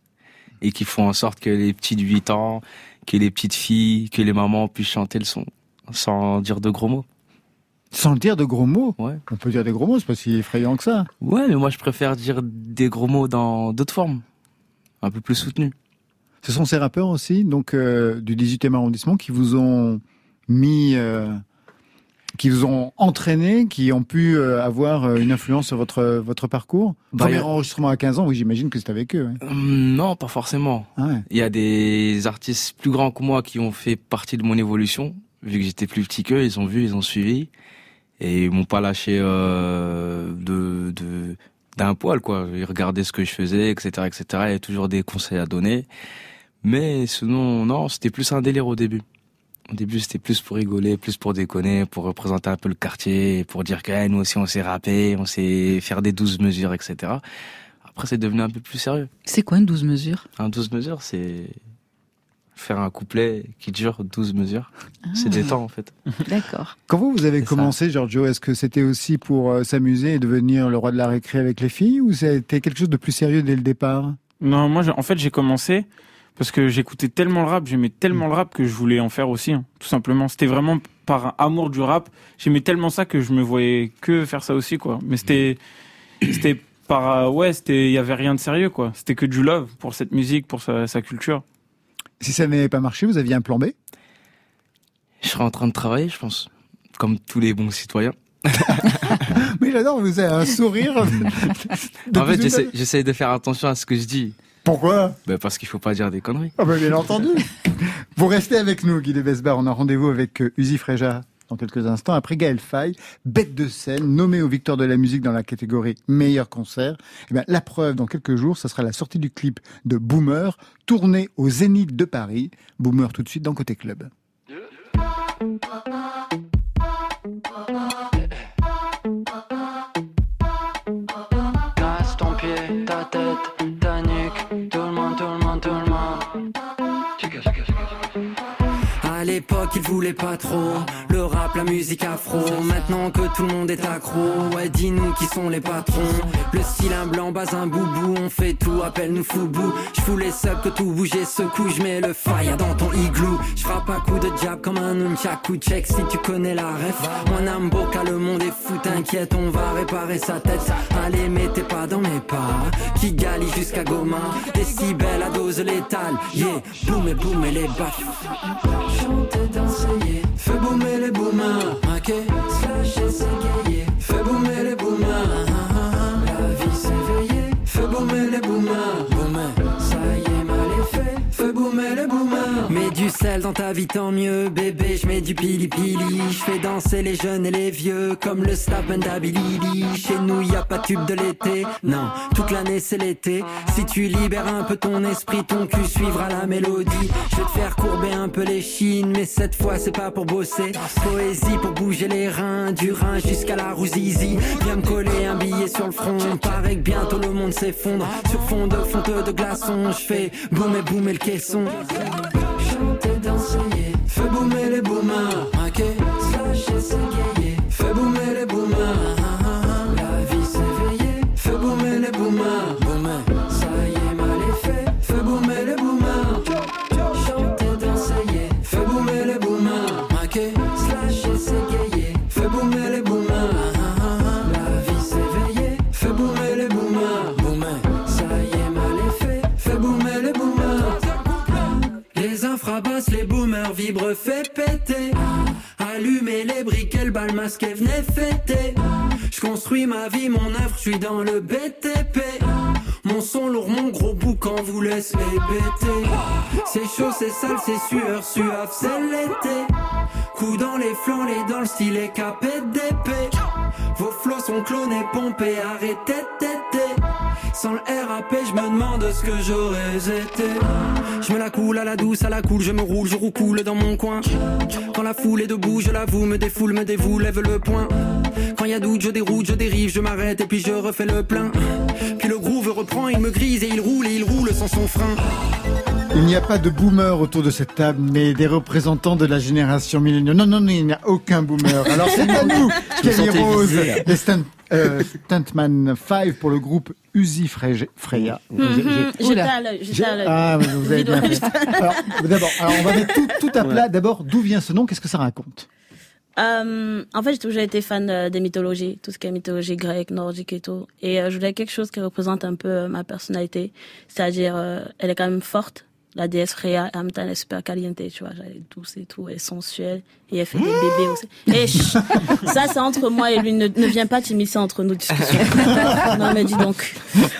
Et qui font en sorte que les petits de huit ans, que les petites filles, que les mamans puissent chanter le son. Sans dire de gros mots. Sans dire de gros mots? Ouais. On peut dire des gros mots, c'est pas si effrayant que ça. Ouais, mais moi je préfère dire des gros mots dans d'autres formes. Un peu plus soutenues. Ce sont ces rappeurs aussi, donc euh, du dix-huitième arrondissement, qui vous ont mis, euh, qui vous ont entraîné, qui ont pu euh, avoir euh, une influence sur votre votre parcours. Bah, Premier y a- enregistrement à quinze ans, oui, j'imagine que c'est avec eux. Ouais. Hum, non, pas forcément. Ah ouais. Il y a des artistes plus grands que moi qui ont fait partie de mon évolution. Vu que j'étais plus petit qu'eux, ils ont vu, ils ont suivi. Et ils m'ont pas lâché euh, de, de, d'un poil, quoi. Ils regardaient ce que je faisais, et cetera, et cetera. Il y a toujours des conseils à donner. Mais sinon, non, c'était plus un délire au début. Au début, c'était plus pour rigoler, plus pour déconner, pour représenter un peu le quartier, pour dire que hey, nous aussi on sait rapper, on sait faire des douze mesures, et cetera. Après, c'est devenu un peu plus sérieux. C'est quoi une douze mesures? Un douze mesures, c'est faire un couplet qui dure douze mesures. Ah. C'est des temps, en fait. D'accord. Quand vous, vous avez C'est commencé, Giorgio, est-ce que c'était aussi pour euh, s'amuser et devenir le roi de la récré avec les filles, ou c'était quelque chose de plus sérieux dès le départ? Non, moi, j'ai- en fait, j'ai commencé parce que j'écoutais tellement le rap, j'aimais tellement le rap que je voulais en faire aussi, hein, tout simplement. C'était vraiment par amour du rap. J'aimais tellement ça que je me voyais que faire ça aussi, quoi. Mais c'était, c'était par, euh, ouais, c'était, il y avait rien de sérieux, quoi. C'était que du love pour cette musique, pour sa, sa culture. Si ça n'avait pas marché, vous aviez un plan B? Je serais en train de travailler, je pense. Comme tous les bons citoyens. Mais j'adore, vous avez un sourire. En fait, j'essaie, j'essaie de faire attention à ce que je dis. Pourquoi? Ben parce qu'il faut pas dire des conneries. Ah ben bien entendu. Vous restez avec nous, Guy de Besbar. On a rendez-vous avec euh, Uzi Fréja dans quelques instants. Après Gaël Faye, bête de scène, nommé aux Victoires de la musique dans la catégorie meilleur concert. Eh bien, la preuve, dans quelques jours, ce sera la sortie du clip de Boomer, tourné au Zénith de Paris. Boomer tout de suite dans Côté Club. l'époque ils voulaient pas trop le rap, la musique afro. Maintenant que tout le monde est accro, ouais dis-nous qui sont les patrons. Le style un blanc, bas un boubou, on fait tout, appelle-nous Foubou. J'fous les subs que tout bouge et secoue, j'mets le fire dans ton igloo. J'frappe un coup de jab comme un nunchaku, check si tu connais la ref. Mon âme boca, le monde est fou, t'inquiète, on va réparer sa tête. Allez, mettez pas dans mes pas, qui galie jusqu'à Goma. Décibels à dose létale, yeah, boum et boum et les baffes. Chanter, danser, yeah, fais boomer les boomers, ok, slash et s'égayer, fais boomer les boomers. La vie s'éveiller, fais boomer les boomers, boomer, ça y est, mal est fait, fais boomer les boomers. Mets du sel dans ta vie, tant mieux, bébé, j'mets du pili pili. J'fais danser les jeunes et les vieux, comme le Stappen d'Abilili. Chez nous y a pas de tube de l'été, non, toute l'année c'est l'été. Si tu libères un peu ton esprit, ton cul suivra la mélodie. Je vais te faire courber un peu les chines, mais cette fois c'est pas pour bosser. Poésie pour bouger les reins, du Rhin jusqu'à la Rouzizi. Viens me coller un billet sur le front, paraît que bientôt le monde s'effondre. Sur fond de fonte de glaçons, je fais boum et boum et le caisson. Chanter, danser, yeah, fais boomer les boomers, ok, slash et s'égayer, fais boomer les boomers. La vie s'éveiller, fais boomer les boomers, boomer, ça y est, mal est fait, fais boomer les boomers. Chanter, danser, yeah, fais boomer les boomers, ok, slash et s'égayer, fais boomer les boomers. La vie s'éveiller, fais boomer les boomers, boomer, ça y est, mal est fait, fais boomer les boomers. Les infrabasses, les boomers vibrent, fait péter. Allumer les briquets, le bal masqué, venez fêter. J'construis ma vie, mon œuvre, j'suis dans le B T P. Mon son lourd, mon gros boucan vous laisse hébéter. C'est chaud, c'est sale, c'est sueur, suave, c'est l'été. Coup dans les flancs, les dans le style et capé d'épée. Vos flots sont clonés, pompés, arrêtez de téter. Sans le R A P, je me demande ce que j'aurais été. Je me la coule à la douce, à la cool, je me roule, je roucoule dans mon coin. Quand la foule est debout, je l'avoue, me défoule, me dévoue, lève le poing. Quand y a doute, je déroute, je dérive, je m'arrête et puis je refais le plein. Puis le groove reprend, il me grise et il roule et il roule sans son frein. Il n'y a pas de boomer autour de cette table, mais des représentants de la génération milléniaux. Non, non, non, il n'y a aucun boomer. Alors c'est à nous, Kelly Rose et Stunt, euh, Stuntman cinq pour le groupe Uzi Freya. J'étais à l'œil, j'étais à l'œil. Ah, mais vous avez bien fait. Alors, d'abord, alors on va mettre tout, tout à plat. D'abord, d'où vient ce nom? Qu'est-ce que ça raconte? Euh, en fait, j'ai toujours été fan euh, des mythologies, tout ce qui est mythologie grecque, nordique et tout. Et euh, je voulais quelque chose qui représente un peu euh, ma personnalité. C'est-à-dire, euh, elle est quand même forte, la déesse Freya, et en même temps, elle est super caliente, tu vois. Elle est douce et tout, elle est sensuelle, et elle fait des bébés aussi. Et chut, ça, c'est entre moi et lui. Ne, ne viens pas t'immiscer entre nos discussions. Non, mais dis donc.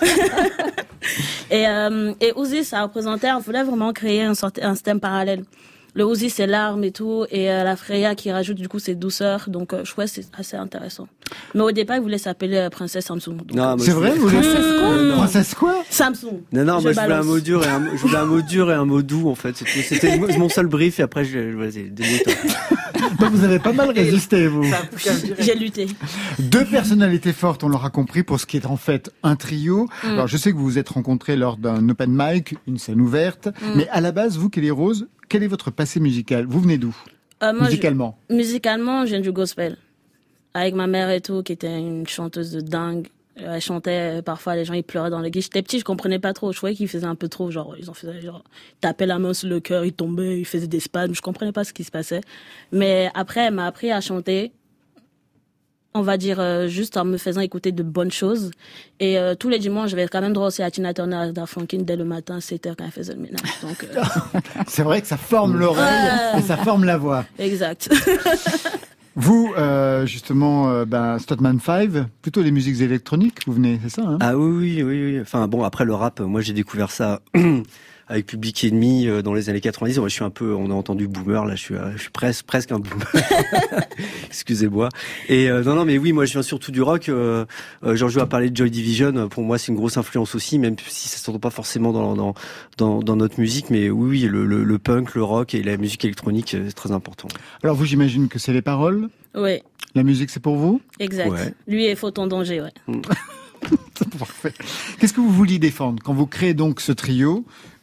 et, euh, et Uzi, ça représentait, on voulait vraiment créer un, sorte, un système parallèle. Le Uzi, c'est l'arme et tout, et euh, la Freya qui rajoute du coup ses douceurs, donc euh, je trouvais c'est assez intéressant. Mais au départ, il voulait s'appeler euh, Princesse Samsung. Donc, non, c'est vrai, vous voulez Princesse quoi euh, Princesse quoi Samsung. Non, non, je moi je voulais un balance. mot dur et un, je voulais un mot dur et un mot doux en fait. C'était, c'était mon seul brief et après je, vas-y, démets-toi. Donc vous avez pas mal résisté, vous. J'ai lutté. Deux personnalités fortes, on l'aura compris, pour ce qui est en fait un trio. Mm. Alors je sais que vous vous êtes rencontrés lors d'un open mic, une scène ouverte, Mm. mais à la base, vous, Kelly Rose, quel est votre passé musical? Vous venez d'où? Euh, moi, musicalement je, musicalement, je viens du gospel. Avec ma mère et tout, qui était une chanteuse de dingue. Elle chantait, parfois les gens ils pleuraient dans les guiches. J'étais petit, je comprenais pas trop. Je trouvais qu'ils faisaient un peu trop, genre, ils en faisaient, genre, ils tapaient la main sur le cœur, ils tombaient, ils faisaient des spasmes. Je comprenais pas ce qui se passait. Mais après, elle m'a appris à chanter, on va dire, euh, juste en me faisant écouter de bonnes choses. Et euh, tous les dimanches, j'avais quand même droit aussi à Tina Turner, à Franklin dès le matin, sept heures quand elle faisait le ménage. Donc, euh... c'est vrai que ça forme l'oreille euh... et ça forme la voix. Exact. Vous, euh, justement, euh, ben, Stuntman cinq, plutôt des musiques électroniques, vous venez, c'est ça, hein? Ah oui, oui, oui, oui. Enfin bon, après le rap, moi j'ai découvert ça avec Public Enemy euh, dans les années quatre-vingt-dix. Moi, je suis un peu, on a entendu boomer, là, je suis, euh, je suis presque, presque un boomer. Excusez-moi. Et euh, non, non, mais oui, moi, je viens surtout du rock. Euh, euh, Giorgio a parlé de Joy Division. Pour moi, c'est une grosse influence aussi, même si ça s'entend pas forcément dans, dans, dans, dans notre musique. Mais oui, oui, le, le, le punk, le rock et la musique électronique, c'est très important. Alors, vous, j'imagine que c'est les paroles? Oui. La musique, c'est pour vous? Exact. Ouais. Lui est faute en danger, ouais. C'est parfait. Qu'est-ce que vous vouliez défendre quand vous créez donc ce trio?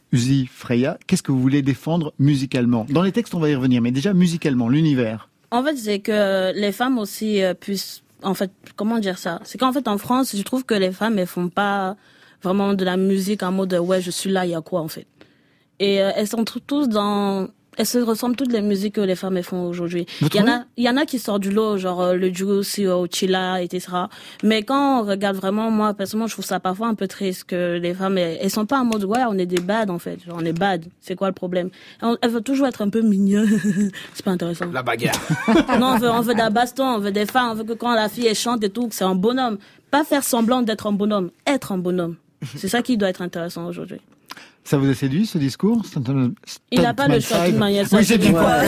Uzi Freya, qu'est-ce que vous voulez défendre musicalement? Dans les textes, on va y revenir, mais déjà musicalement, l'univers. En fait, c'est que les femmes aussi euh, puissent, en fait, comment dire ça? C'est qu'en fait, en France, je trouve que les femmes, elles font pas vraiment de la musique en mode, ouais, je suis là, il y a quoi, en fait. Et euh, elles sont tous dans... Elles se ressemblent toutes les musiques que les femmes elles font aujourd'hui. Il y en a, il y en a qui sortent du lot, genre euh, le Juicy, euh, Chilla, et cetera. Mais quand on regarde vraiment, moi personnellement, je trouve ça parfois un peu triste que les femmes, elles, elles sont pas en mode ouais, on est des bad en fait, genre on est bad. C'est quoi le problème? on, Elles veulent toujours être un peu mignonnes. C'est pas intéressant. La bagarre. Non, on veut, on veut de la baston, on veut des femmes, on veut que quand la fille elle chante et tout, que c'est un bonhomme. Pas faire semblant d'être un bonhomme, être un bonhomme. C'est ça qui doit être intéressant aujourd'hui. Ça vous a séduit, ce discours? Il n'a pas le choix de manière. Oui, j'ai dit quoi?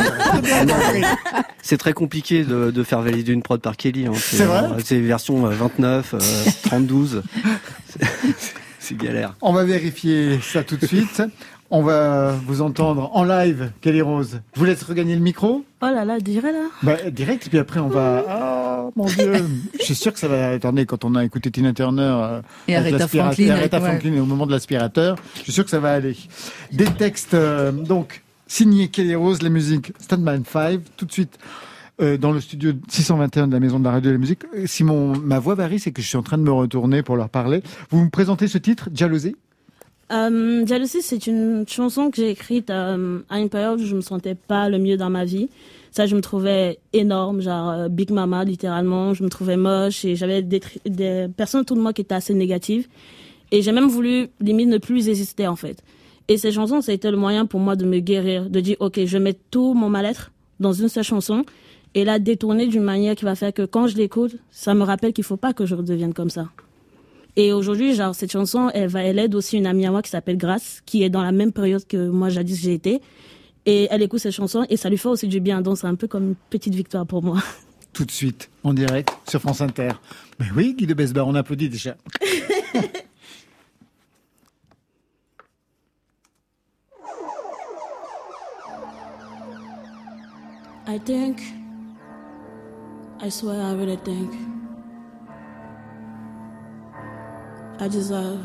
C'est très compliqué de, de faire valider une prod par Kelly. Hein. C'est, c'est vrai? C'est version vingt-neuf, euh, trente-deux. C'est, c'est galère. On va vérifier ça tout de suite. On va vous entendre en live, Kelly Rose. Je vous laisse regagner le micro. Oh là là, direct là. Bah, direct, et puis après on va... Oh mon Dieu. Je suis sûr que ça va... Attendez, quand on a écouté Tina Turner... Euh, et Aretha Franklin. Et Aretha Franklin ouais. Au moment de l'aspirateur, je suis sûr que ça va aller. Des textes, euh, donc, signés Kelly Rose, les musiques Stand By Five, tout de suite... Euh, dans le studio six cent vingt et un de la Maison de la Radio et de la Musique. Si mon, ma voix varie, c'est que je suis en train de me retourner pour leur parler. Vous me présentez ce titre, Jalousie? Euh, Jalousie, c'est une chanson que j'ai écrite euh, à une période où je me sentais pas le mieux dans ma vie. Ça, je me trouvais énorme, genre euh, Big Mama, littéralement. Je me trouvais moche et j'avais des, des personnes autour de moi qui étaient assez négatives. Et j'ai même voulu, limite, ne plus exister, en fait. Et ces chansons, ça a été le moyen pour moi de me guérir, de dire, OK, je mets tout mon mal-être dans une seule chanson et la détourner d'une manière qui va faire que quand je l'écoute, ça me rappelle qu'il faut pas que je redevienne comme ça. Et aujourd'hui, genre, cette chanson, elle va, elle aide aussi une amie à moi qui s'appelle Grace, qui est dans la même période que moi, jadis, j'ai été. Et elle écoute cette chanson et ça lui fait aussi du bien. Donc, c'est un peu comme une petite victoire pour moi. Tout de suite, en direct, sur France Inter. Mais oui, Guy de Besbar, on applaudit déjà. I think, I swear I really think, I deserve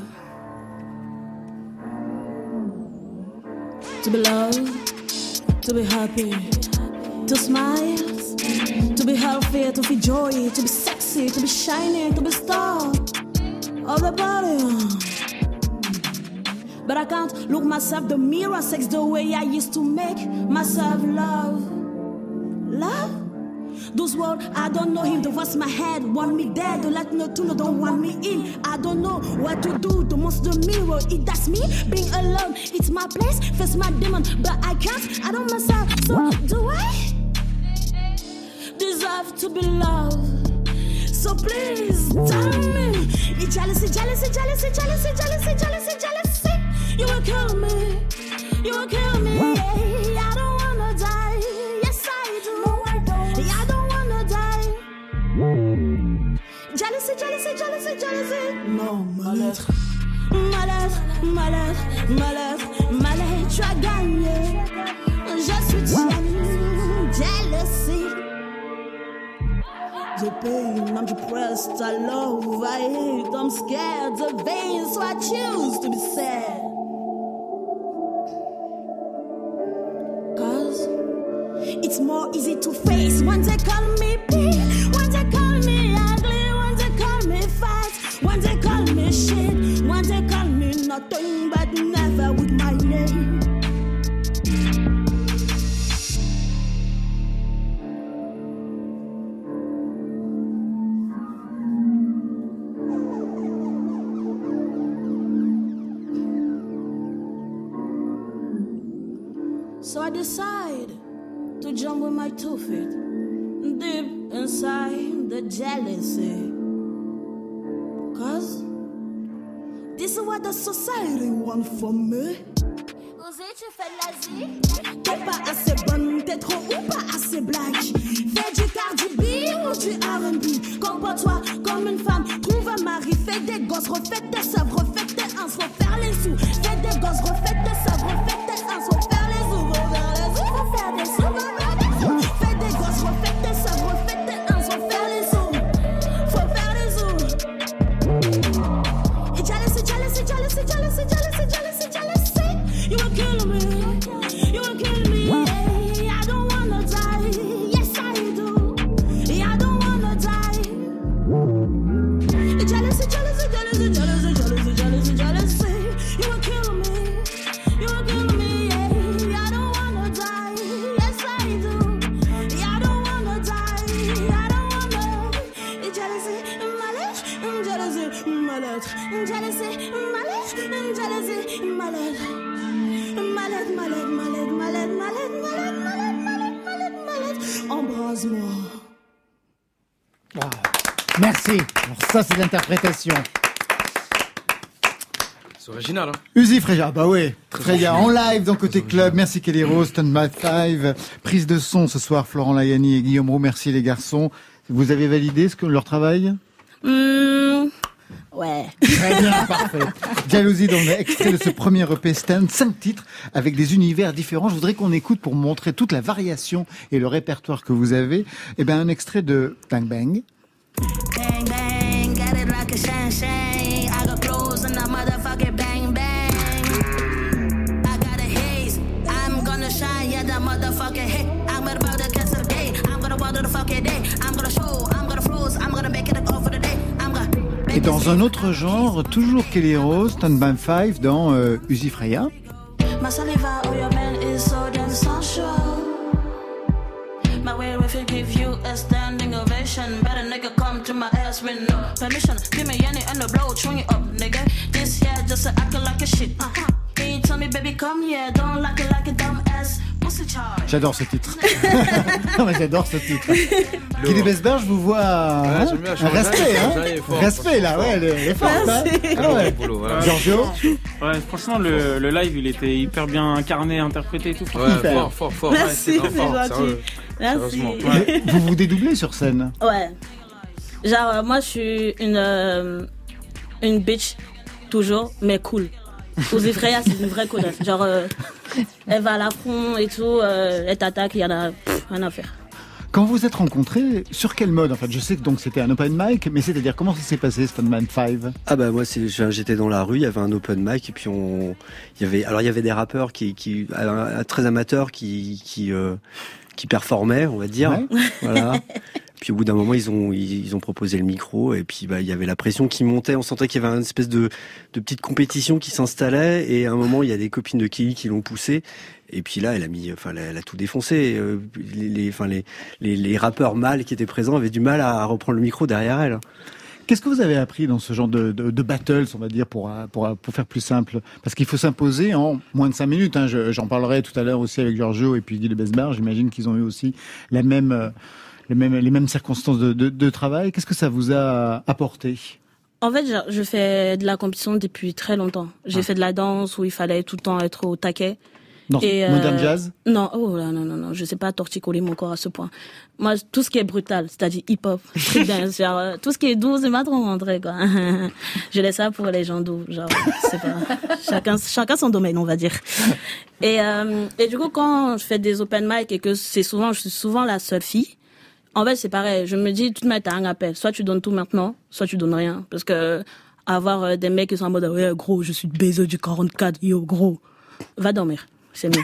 to be loved, to be happy, to smile, to be healthy, to feel joy, to be sexy, to be shiny, to be star of the body. But I can't look myself the mirror, sex the way I used to make myself love. Love? Those words, I don't know him, the voice in my head want me dead, don't let no to know, don't want me in. I don't know what to do, the monster mirror, it that's me, being alone, it's my place, face my demon, but I can't, I don't myself, so do I deserve to be loved? So please tell me, it's jealousy, jealousy, jealousy, jealousy, jealousy, jealousy, jealousy, you will kill me, you will kill me, yeah, I don't wanna die. Jealousy, jealousy, jealousy, jealousy. Non, mal-être. Mal-être, mal-être, malheur, malheur, tu as gagné. Je suis jaloux, jealousy. The pain, I'm depressed, I love, I hate, I'm scared, the vain, so I choose to be sad. Cause it's more easy to face when they call me big, when they call me ugly, when they call me fat, when they call me shit, when they call me nothing but never with my name. So I decide to jump with my two feet deep inside the jealousy. Cause this is what the society want from me. Osez, tu fais de l'Asie. T'es pas assez bonne, t'es trop ou pas assez black. Fais du Cardi B ou du R and B. Comporte-toi comme une femme, trouve un mari. Fais des gosses, refais tes sœurs, refais tes uns, faut faire les sous. Fais des gosses, refais tes sœurs, refais tes uns, faut faire les sous. Faut faire les sous, faut faire des sous, faut faire des sous. Fais des gosses, refais tes sœurs, refais tes uns, faut faire les sous. Faut faire les sous. Et jealousy, jealousy, jealousy, jealousy, jealousy, jealousy, jealousy. rage, une jalousie, malade. Malade, malade, malade, malade, malade, malade, malade, malade, malade, malade. Embrasse-moi. Wow. Merci. Alors ça, c'est l'interprétation. C'est original, hein. Uzi Freya, bah ouais, très bien. En live dans Côté Club. Merci Kelly Rose, Stand By Five. Prise de son ce soir, Florent Layani et Guillaume Roux. Merci les garçons. Vous avez validé ce que leur travail? Mmh, ouais. Très bien, parfait. Jalousie, dans l'extrait de ce premier E P Stand, cinq titres avec des univers différents. Je voudrais qu'on écoute pour montrer toute la variation et le répertoire que vous avez. Eh ben, un extrait de Bang Bang. Bang, bang, got it like a shang shang. I got clothes and I motherfucking bang, bang. I got a haze, I'm gonna shine, yeah, that motherfucking hit. I'm gonna build the castle day, I'm gonna water the fucking day. I'm gonna show, I'm gonna froze, I'm gonna make it a go for the day. I'm gonna... Et dans un autre genre, toujours Kelly Rose, Stand By Five dans euh, Uzi Freya. My saliva or your man is so damn sensual. My way if it give you a standing ovation. Better nigga come to my ass with no permission. Give me any and the blow, swing it up, nigga. This yeah, just a acting like a shit. Uh-huh. Can you tell me, baby, come here, don't like it like a dumb ass. J'adore ce titre. Non, mais j'adore ce titre. Guy Besbar, je vous vois. Hein, bien, un respect, hein. Fort, respect là, ouais, elle est forte. Hein. Ah ouais. Voilà. Giorgio. Ouais, franchement, le, le live, il était hyper bien incarné, interprété et tout. Ouais, hyper. fort, fort, fort. Merci, ouais, c'est fort, gentil. Merci. Ouais. Vous vous dédoublez sur scène? Ouais. Genre, euh, moi, je suis une euh, une bitch toujours, mais cool. Uzi Freya, c'est une vraie connasse. Genre, euh, elle va à l'affront et tout, euh, elle t'attaque, il y en a pff, rien à faire. Quand vous êtes rencontrés, sur quel mode en fait? Je sais que donc c'était un open mic, mais c'est-à-dire comment ça s'est passé, Stand By Five? Ah bah moi c'est, j'étais dans la rue, il y avait un open mic et puis on, il y avait, alors il y avait des rappeurs qui, qui, très amateurs qui, qui, euh, qui performaient, on va dire. Ouais. Voilà. Puis au bout d'un moment, ils ont ils ont proposé le micro et puis bah il y avait la pression qui montait. On sentait qu'il y avait une espèce de de petite compétition qui s'installait et à un moment il y a des copines de Kelly qui l'ont poussée et puis là elle a mis enfin elle a tout défoncé. Les les enfin les les, les rappeurs mâles qui étaient présents avaient du mal à reprendre le micro derrière elle. Qu'est-ce que vous avez appris dans ce genre de, de, de battles, on va dire, pour, pour, pour faire plus simple? Parce qu'il faut s'imposer en moins de cinq minutes. Hein. Je, j'en parlerai tout à l'heure aussi avec Giorgio et puis Guy Besbar. J'imagine qu'ils ont eu aussi la même, les, mêmes, les mêmes circonstances de, de, de travail. Qu'est-ce que ça vous a apporté? En fait, je fais de la compétition depuis très longtemps. J'ai ah. fait de la danse où il fallait tout le temps être au taquet. Dans et modern euh, jazz? Non, oh là, non, non, non, je sais pas torticoler mon corps à ce point. Moi, tout ce qui est brutal, c'est-à-dire hip-hop, street dance, genre, euh, tout ce qui est doux, c'est pas trop rentré, quoi. Je laisse ça pour les gens doux, genre, c'est pas, chacun, chacun son domaine, on va dire. Et, euh, et du coup, quand je fais des open mic et que c'est souvent, je suis souvent la seule fille, en fait, c'est pareil, je me dis, tout de même, t'as un appel. Soit tu donnes tout maintenant, soit tu donnes rien. Parce que, avoir des mecs qui sont en mode, ouais, gros, je suis le baiser du quarante-quatre, yo, gros, va dormir. C'est mieux.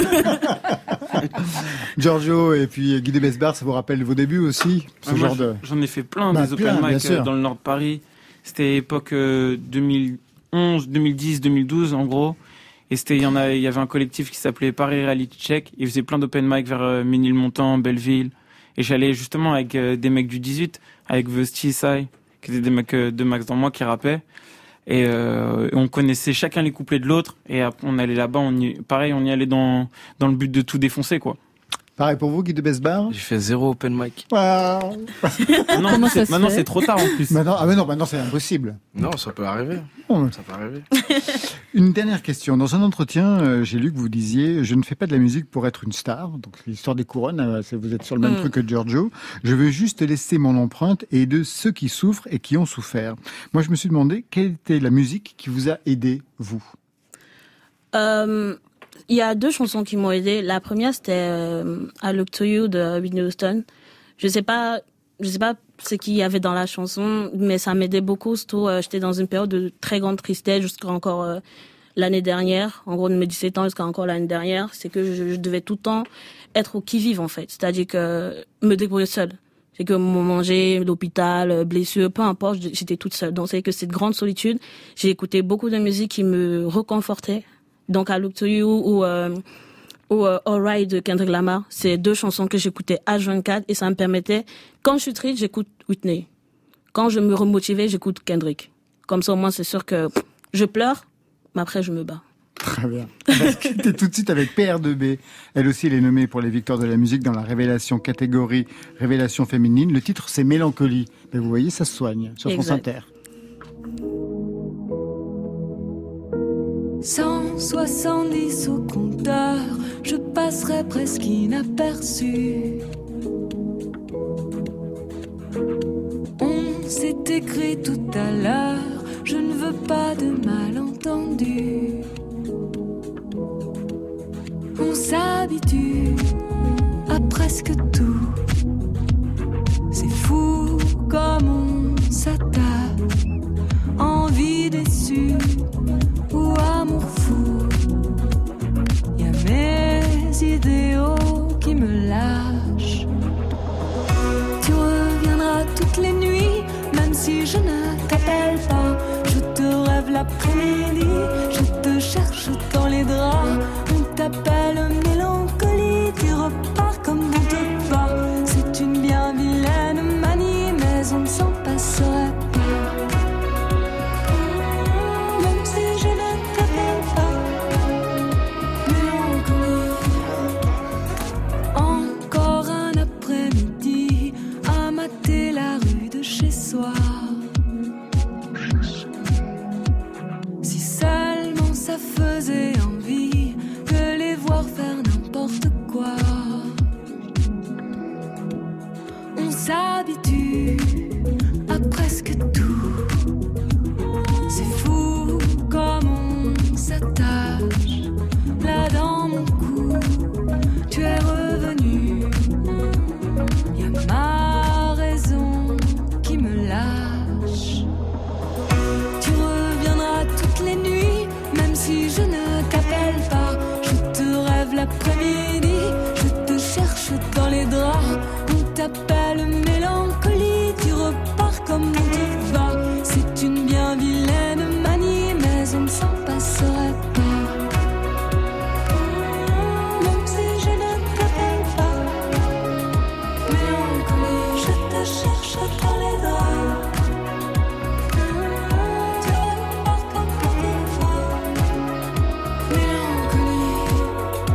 Giorgio et puis Guy Besbar, ça vous rappelle vos débuts aussi, ce ah, genre moi, de... J'en ai fait plein, bah, des open mic euh, dans le nord de Paris. C'était époque euh, deux mille onze, deux mille dix, deux mille douze en gros. Et c'était, il y en a, il y avait un collectif qui s'appelait Paris Reality Check. Ils faisaient plein d'open mic vers euh, Ménilmontant, Belleville. Et j'allais justement avec euh, des mecs du dix-huit, avec The Sty, qui étaient des mecs euh, de Max dans moi qui rappaient. Et euh, on connaissait chacun les couplets de l'autre et après on allait là-bas, on y, pareil, on y allait dans dans le but de tout défoncer, quoi. Pareil pour vous, Guy Besbar? J'ai fait zéro open mic. Wow. non, Comment c'est, ça maintenant se fait c'est trop tard en plus. Maintenant, ah mais non, maintenant c'est impossible. Non, ça peut arriver. Oh. Ça peut arriver. Une dernière question. Dans un entretien, euh, j'ai lu que vous disiez « Je ne fais pas de la musique pour être une star ». Donc l'histoire des couronnes, euh, vous êtes sur le même mm. truc que Giorgio. « Je veux juste laisser mon empreinte et aider ceux qui souffrent et qui ont souffert ». Moi, je me suis demandé quelle était la musique qui vous a aidé, vous? euh... Il y a deux chansons qui m'ont aidé. La première, c'était euh, I Look to You de Whitney Houston. Je sais pas, je sais pas ce qu'il y avait dans la chanson, mais ça m'aidait beaucoup. Surtout, euh, j'étais dans une période de très grande tristesse jusqu'à encore euh, l'année dernière. En gros, de mes dix-sept ans jusqu'à encore l'année dernière, c'est que je, je devais tout le temps être au qui-vive en fait. C'est-à-dire que me débrouiller seule. C'est que mon manger, l'hôpital, blessure, peu importe, j'étais toute seule. Donc c'est que cette grande solitude, j'ai écouté beaucoup de musique qui me reconfortait. Donc, I Look to You ou, euh, ou euh, All Right de Kendrick Lamar, c'est deux chansons que j'écoutais H vingt-quatre et ça me permettait, quand je suis triste, j'écoute Whitney. Quand je me remotivais, j'écoute Kendrick. Comme ça, au moins, c'est sûr que pff, je pleure, mais après, je me bats. Très bien. On va se quitter tout de suite avec P R deux B. Elle aussi, elle est nommée pour les Victoires de la musique dans la Révélation catégorie Révélation féminine. Le titre, c'est Mélancolie. Mais vous voyez, ça se soigne sur France Inter. cent soixante-dix au compteur, je passerai presque inaperçu. On s'est écrit tout à l'heure, je ne veux pas de malentendu. On s'habitue à presque tout. C'est fou comme on s'attache. Envie déçue ou amour fou. Y a mes idéaux qui me lâchent. Tu reviendras toutes les nuits, même si je ne t'appelle pas. Je te rêve l'après-midi, je te cherche dans les draps. On t'appelle mélancolie, tu repars comme on te bat. C'est une bien vilaine manie, mais on ne s'en passerait pas. Même si je ne t'appelle pas, mélancolie. Encore un après-midi à mater la rue de chez soi. Si seulement ça faisait envie de les voir faire n'importe quoi. On s'habitue à presque tout. C'est fou comme on s'attache. Là dans mon cou, tu es revenu. Y a ma raison qui me lâche. Tu reviendras toutes les nuits, même si je ne t'appelle pas. Je te rêve l'après-midi, je te cherche dans les draps. On t'appelle mélancolie, tu repars comme on te va. C'est une bien vilaine manie, mais on ne s'en passerait pas. Même si je ne t'appelle pas, mélancolie, je te cherche dans les draps. Tu repars comme on te va. Mélancolie.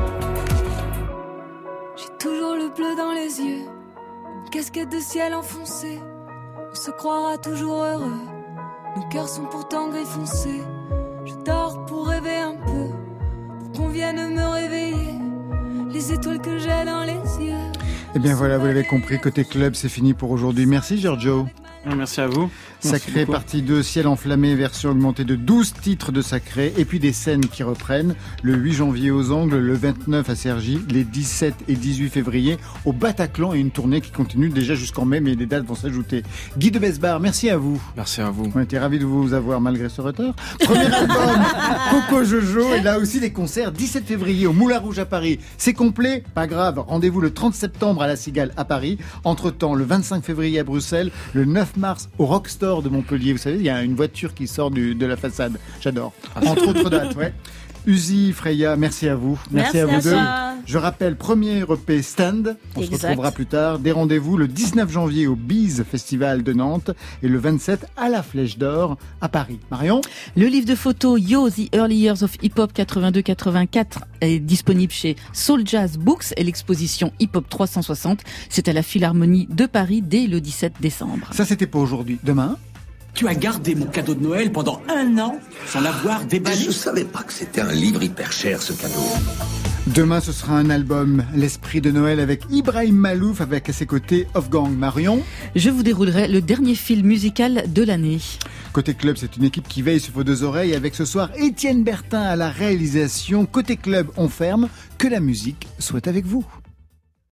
J'ai toujours le bleu dans les yeux, une casquette de ciel enfoncé. On se croira toujours heureux, nos cœurs sont pourtant gris foncé. Je dors pour rêver un peu, pour qu'on vienne me réveiller. Les étoiles que j'ai dans les yeux. Eh bien voilà, vous l'avez compris, côté club, c'est fini pour aujourd'hui. Merci Giorgio. Merci à vous. Sacré partie deux, Ciel enflammé, version augmentée de douze titres de Sacré, et puis des scènes qui reprennent le huit janvier aux Angles, le vingt-neuf à Cergy, les dix-sept et dix-huit février au Bataclan, et une tournée qui continue déjà jusqu'en mai, mais les dates vont s'ajouter. Guy de Besbar, merci à vous. Merci à vous. On était ravis de vous avoir malgré ce retard. Premier album, Coco Jojo, et là aussi des concerts, dix-sept février au Moulin Rouge à Paris. C'est complet, pas grave, rendez-vous le trente septembre à la Cigale à Paris. Entre-temps, le vingt-cinq février à Bruxelles, le neuf mars au Rockstore de Montpellier. Vous savez, il y a une voiture qui sort du, de la façade. J'adore. Entre autres dates, ouais. Uzi, Freya, merci à vous. Merci, merci à vous à deux. Ça. Je rappelle, premier E P Stand. On exact. Se retrouvera plus tard. Des rendez-vous le dix-neuf janvier au Bise Festival de Nantes et le vingt-sept à la Flèche d'Or à Paris. Marion? Le livre de photos Yo, The Early Years of Hip Hop quatre-vingt-deux quatre-vingt-quatre est disponible chez Soul Jazz Books et l'exposition Hip Hop trois cent soixante, c'est à la Philharmonie de Paris dès le dix-sept décembre. Ça, c'était pour aujourd'hui. Demain? Tu as gardé mon cadeau de Noël pendant un an sans l'avoir déballé. Je savais pas que c'était un livre hyper cher, ce cadeau. Demain, ce sera un album, L'Esprit de Noël, avec Ibrahim Malouf, avec à ses côtés Off-Gang. Marion? Je vous déroulerai le dernier film musical de l'année. Côté club, c'est une équipe qui veille sur vos deux oreilles, avec ce soir Étienne Bertin à la réalisation. Côté club, on ferme. Que la musique soit avec vous.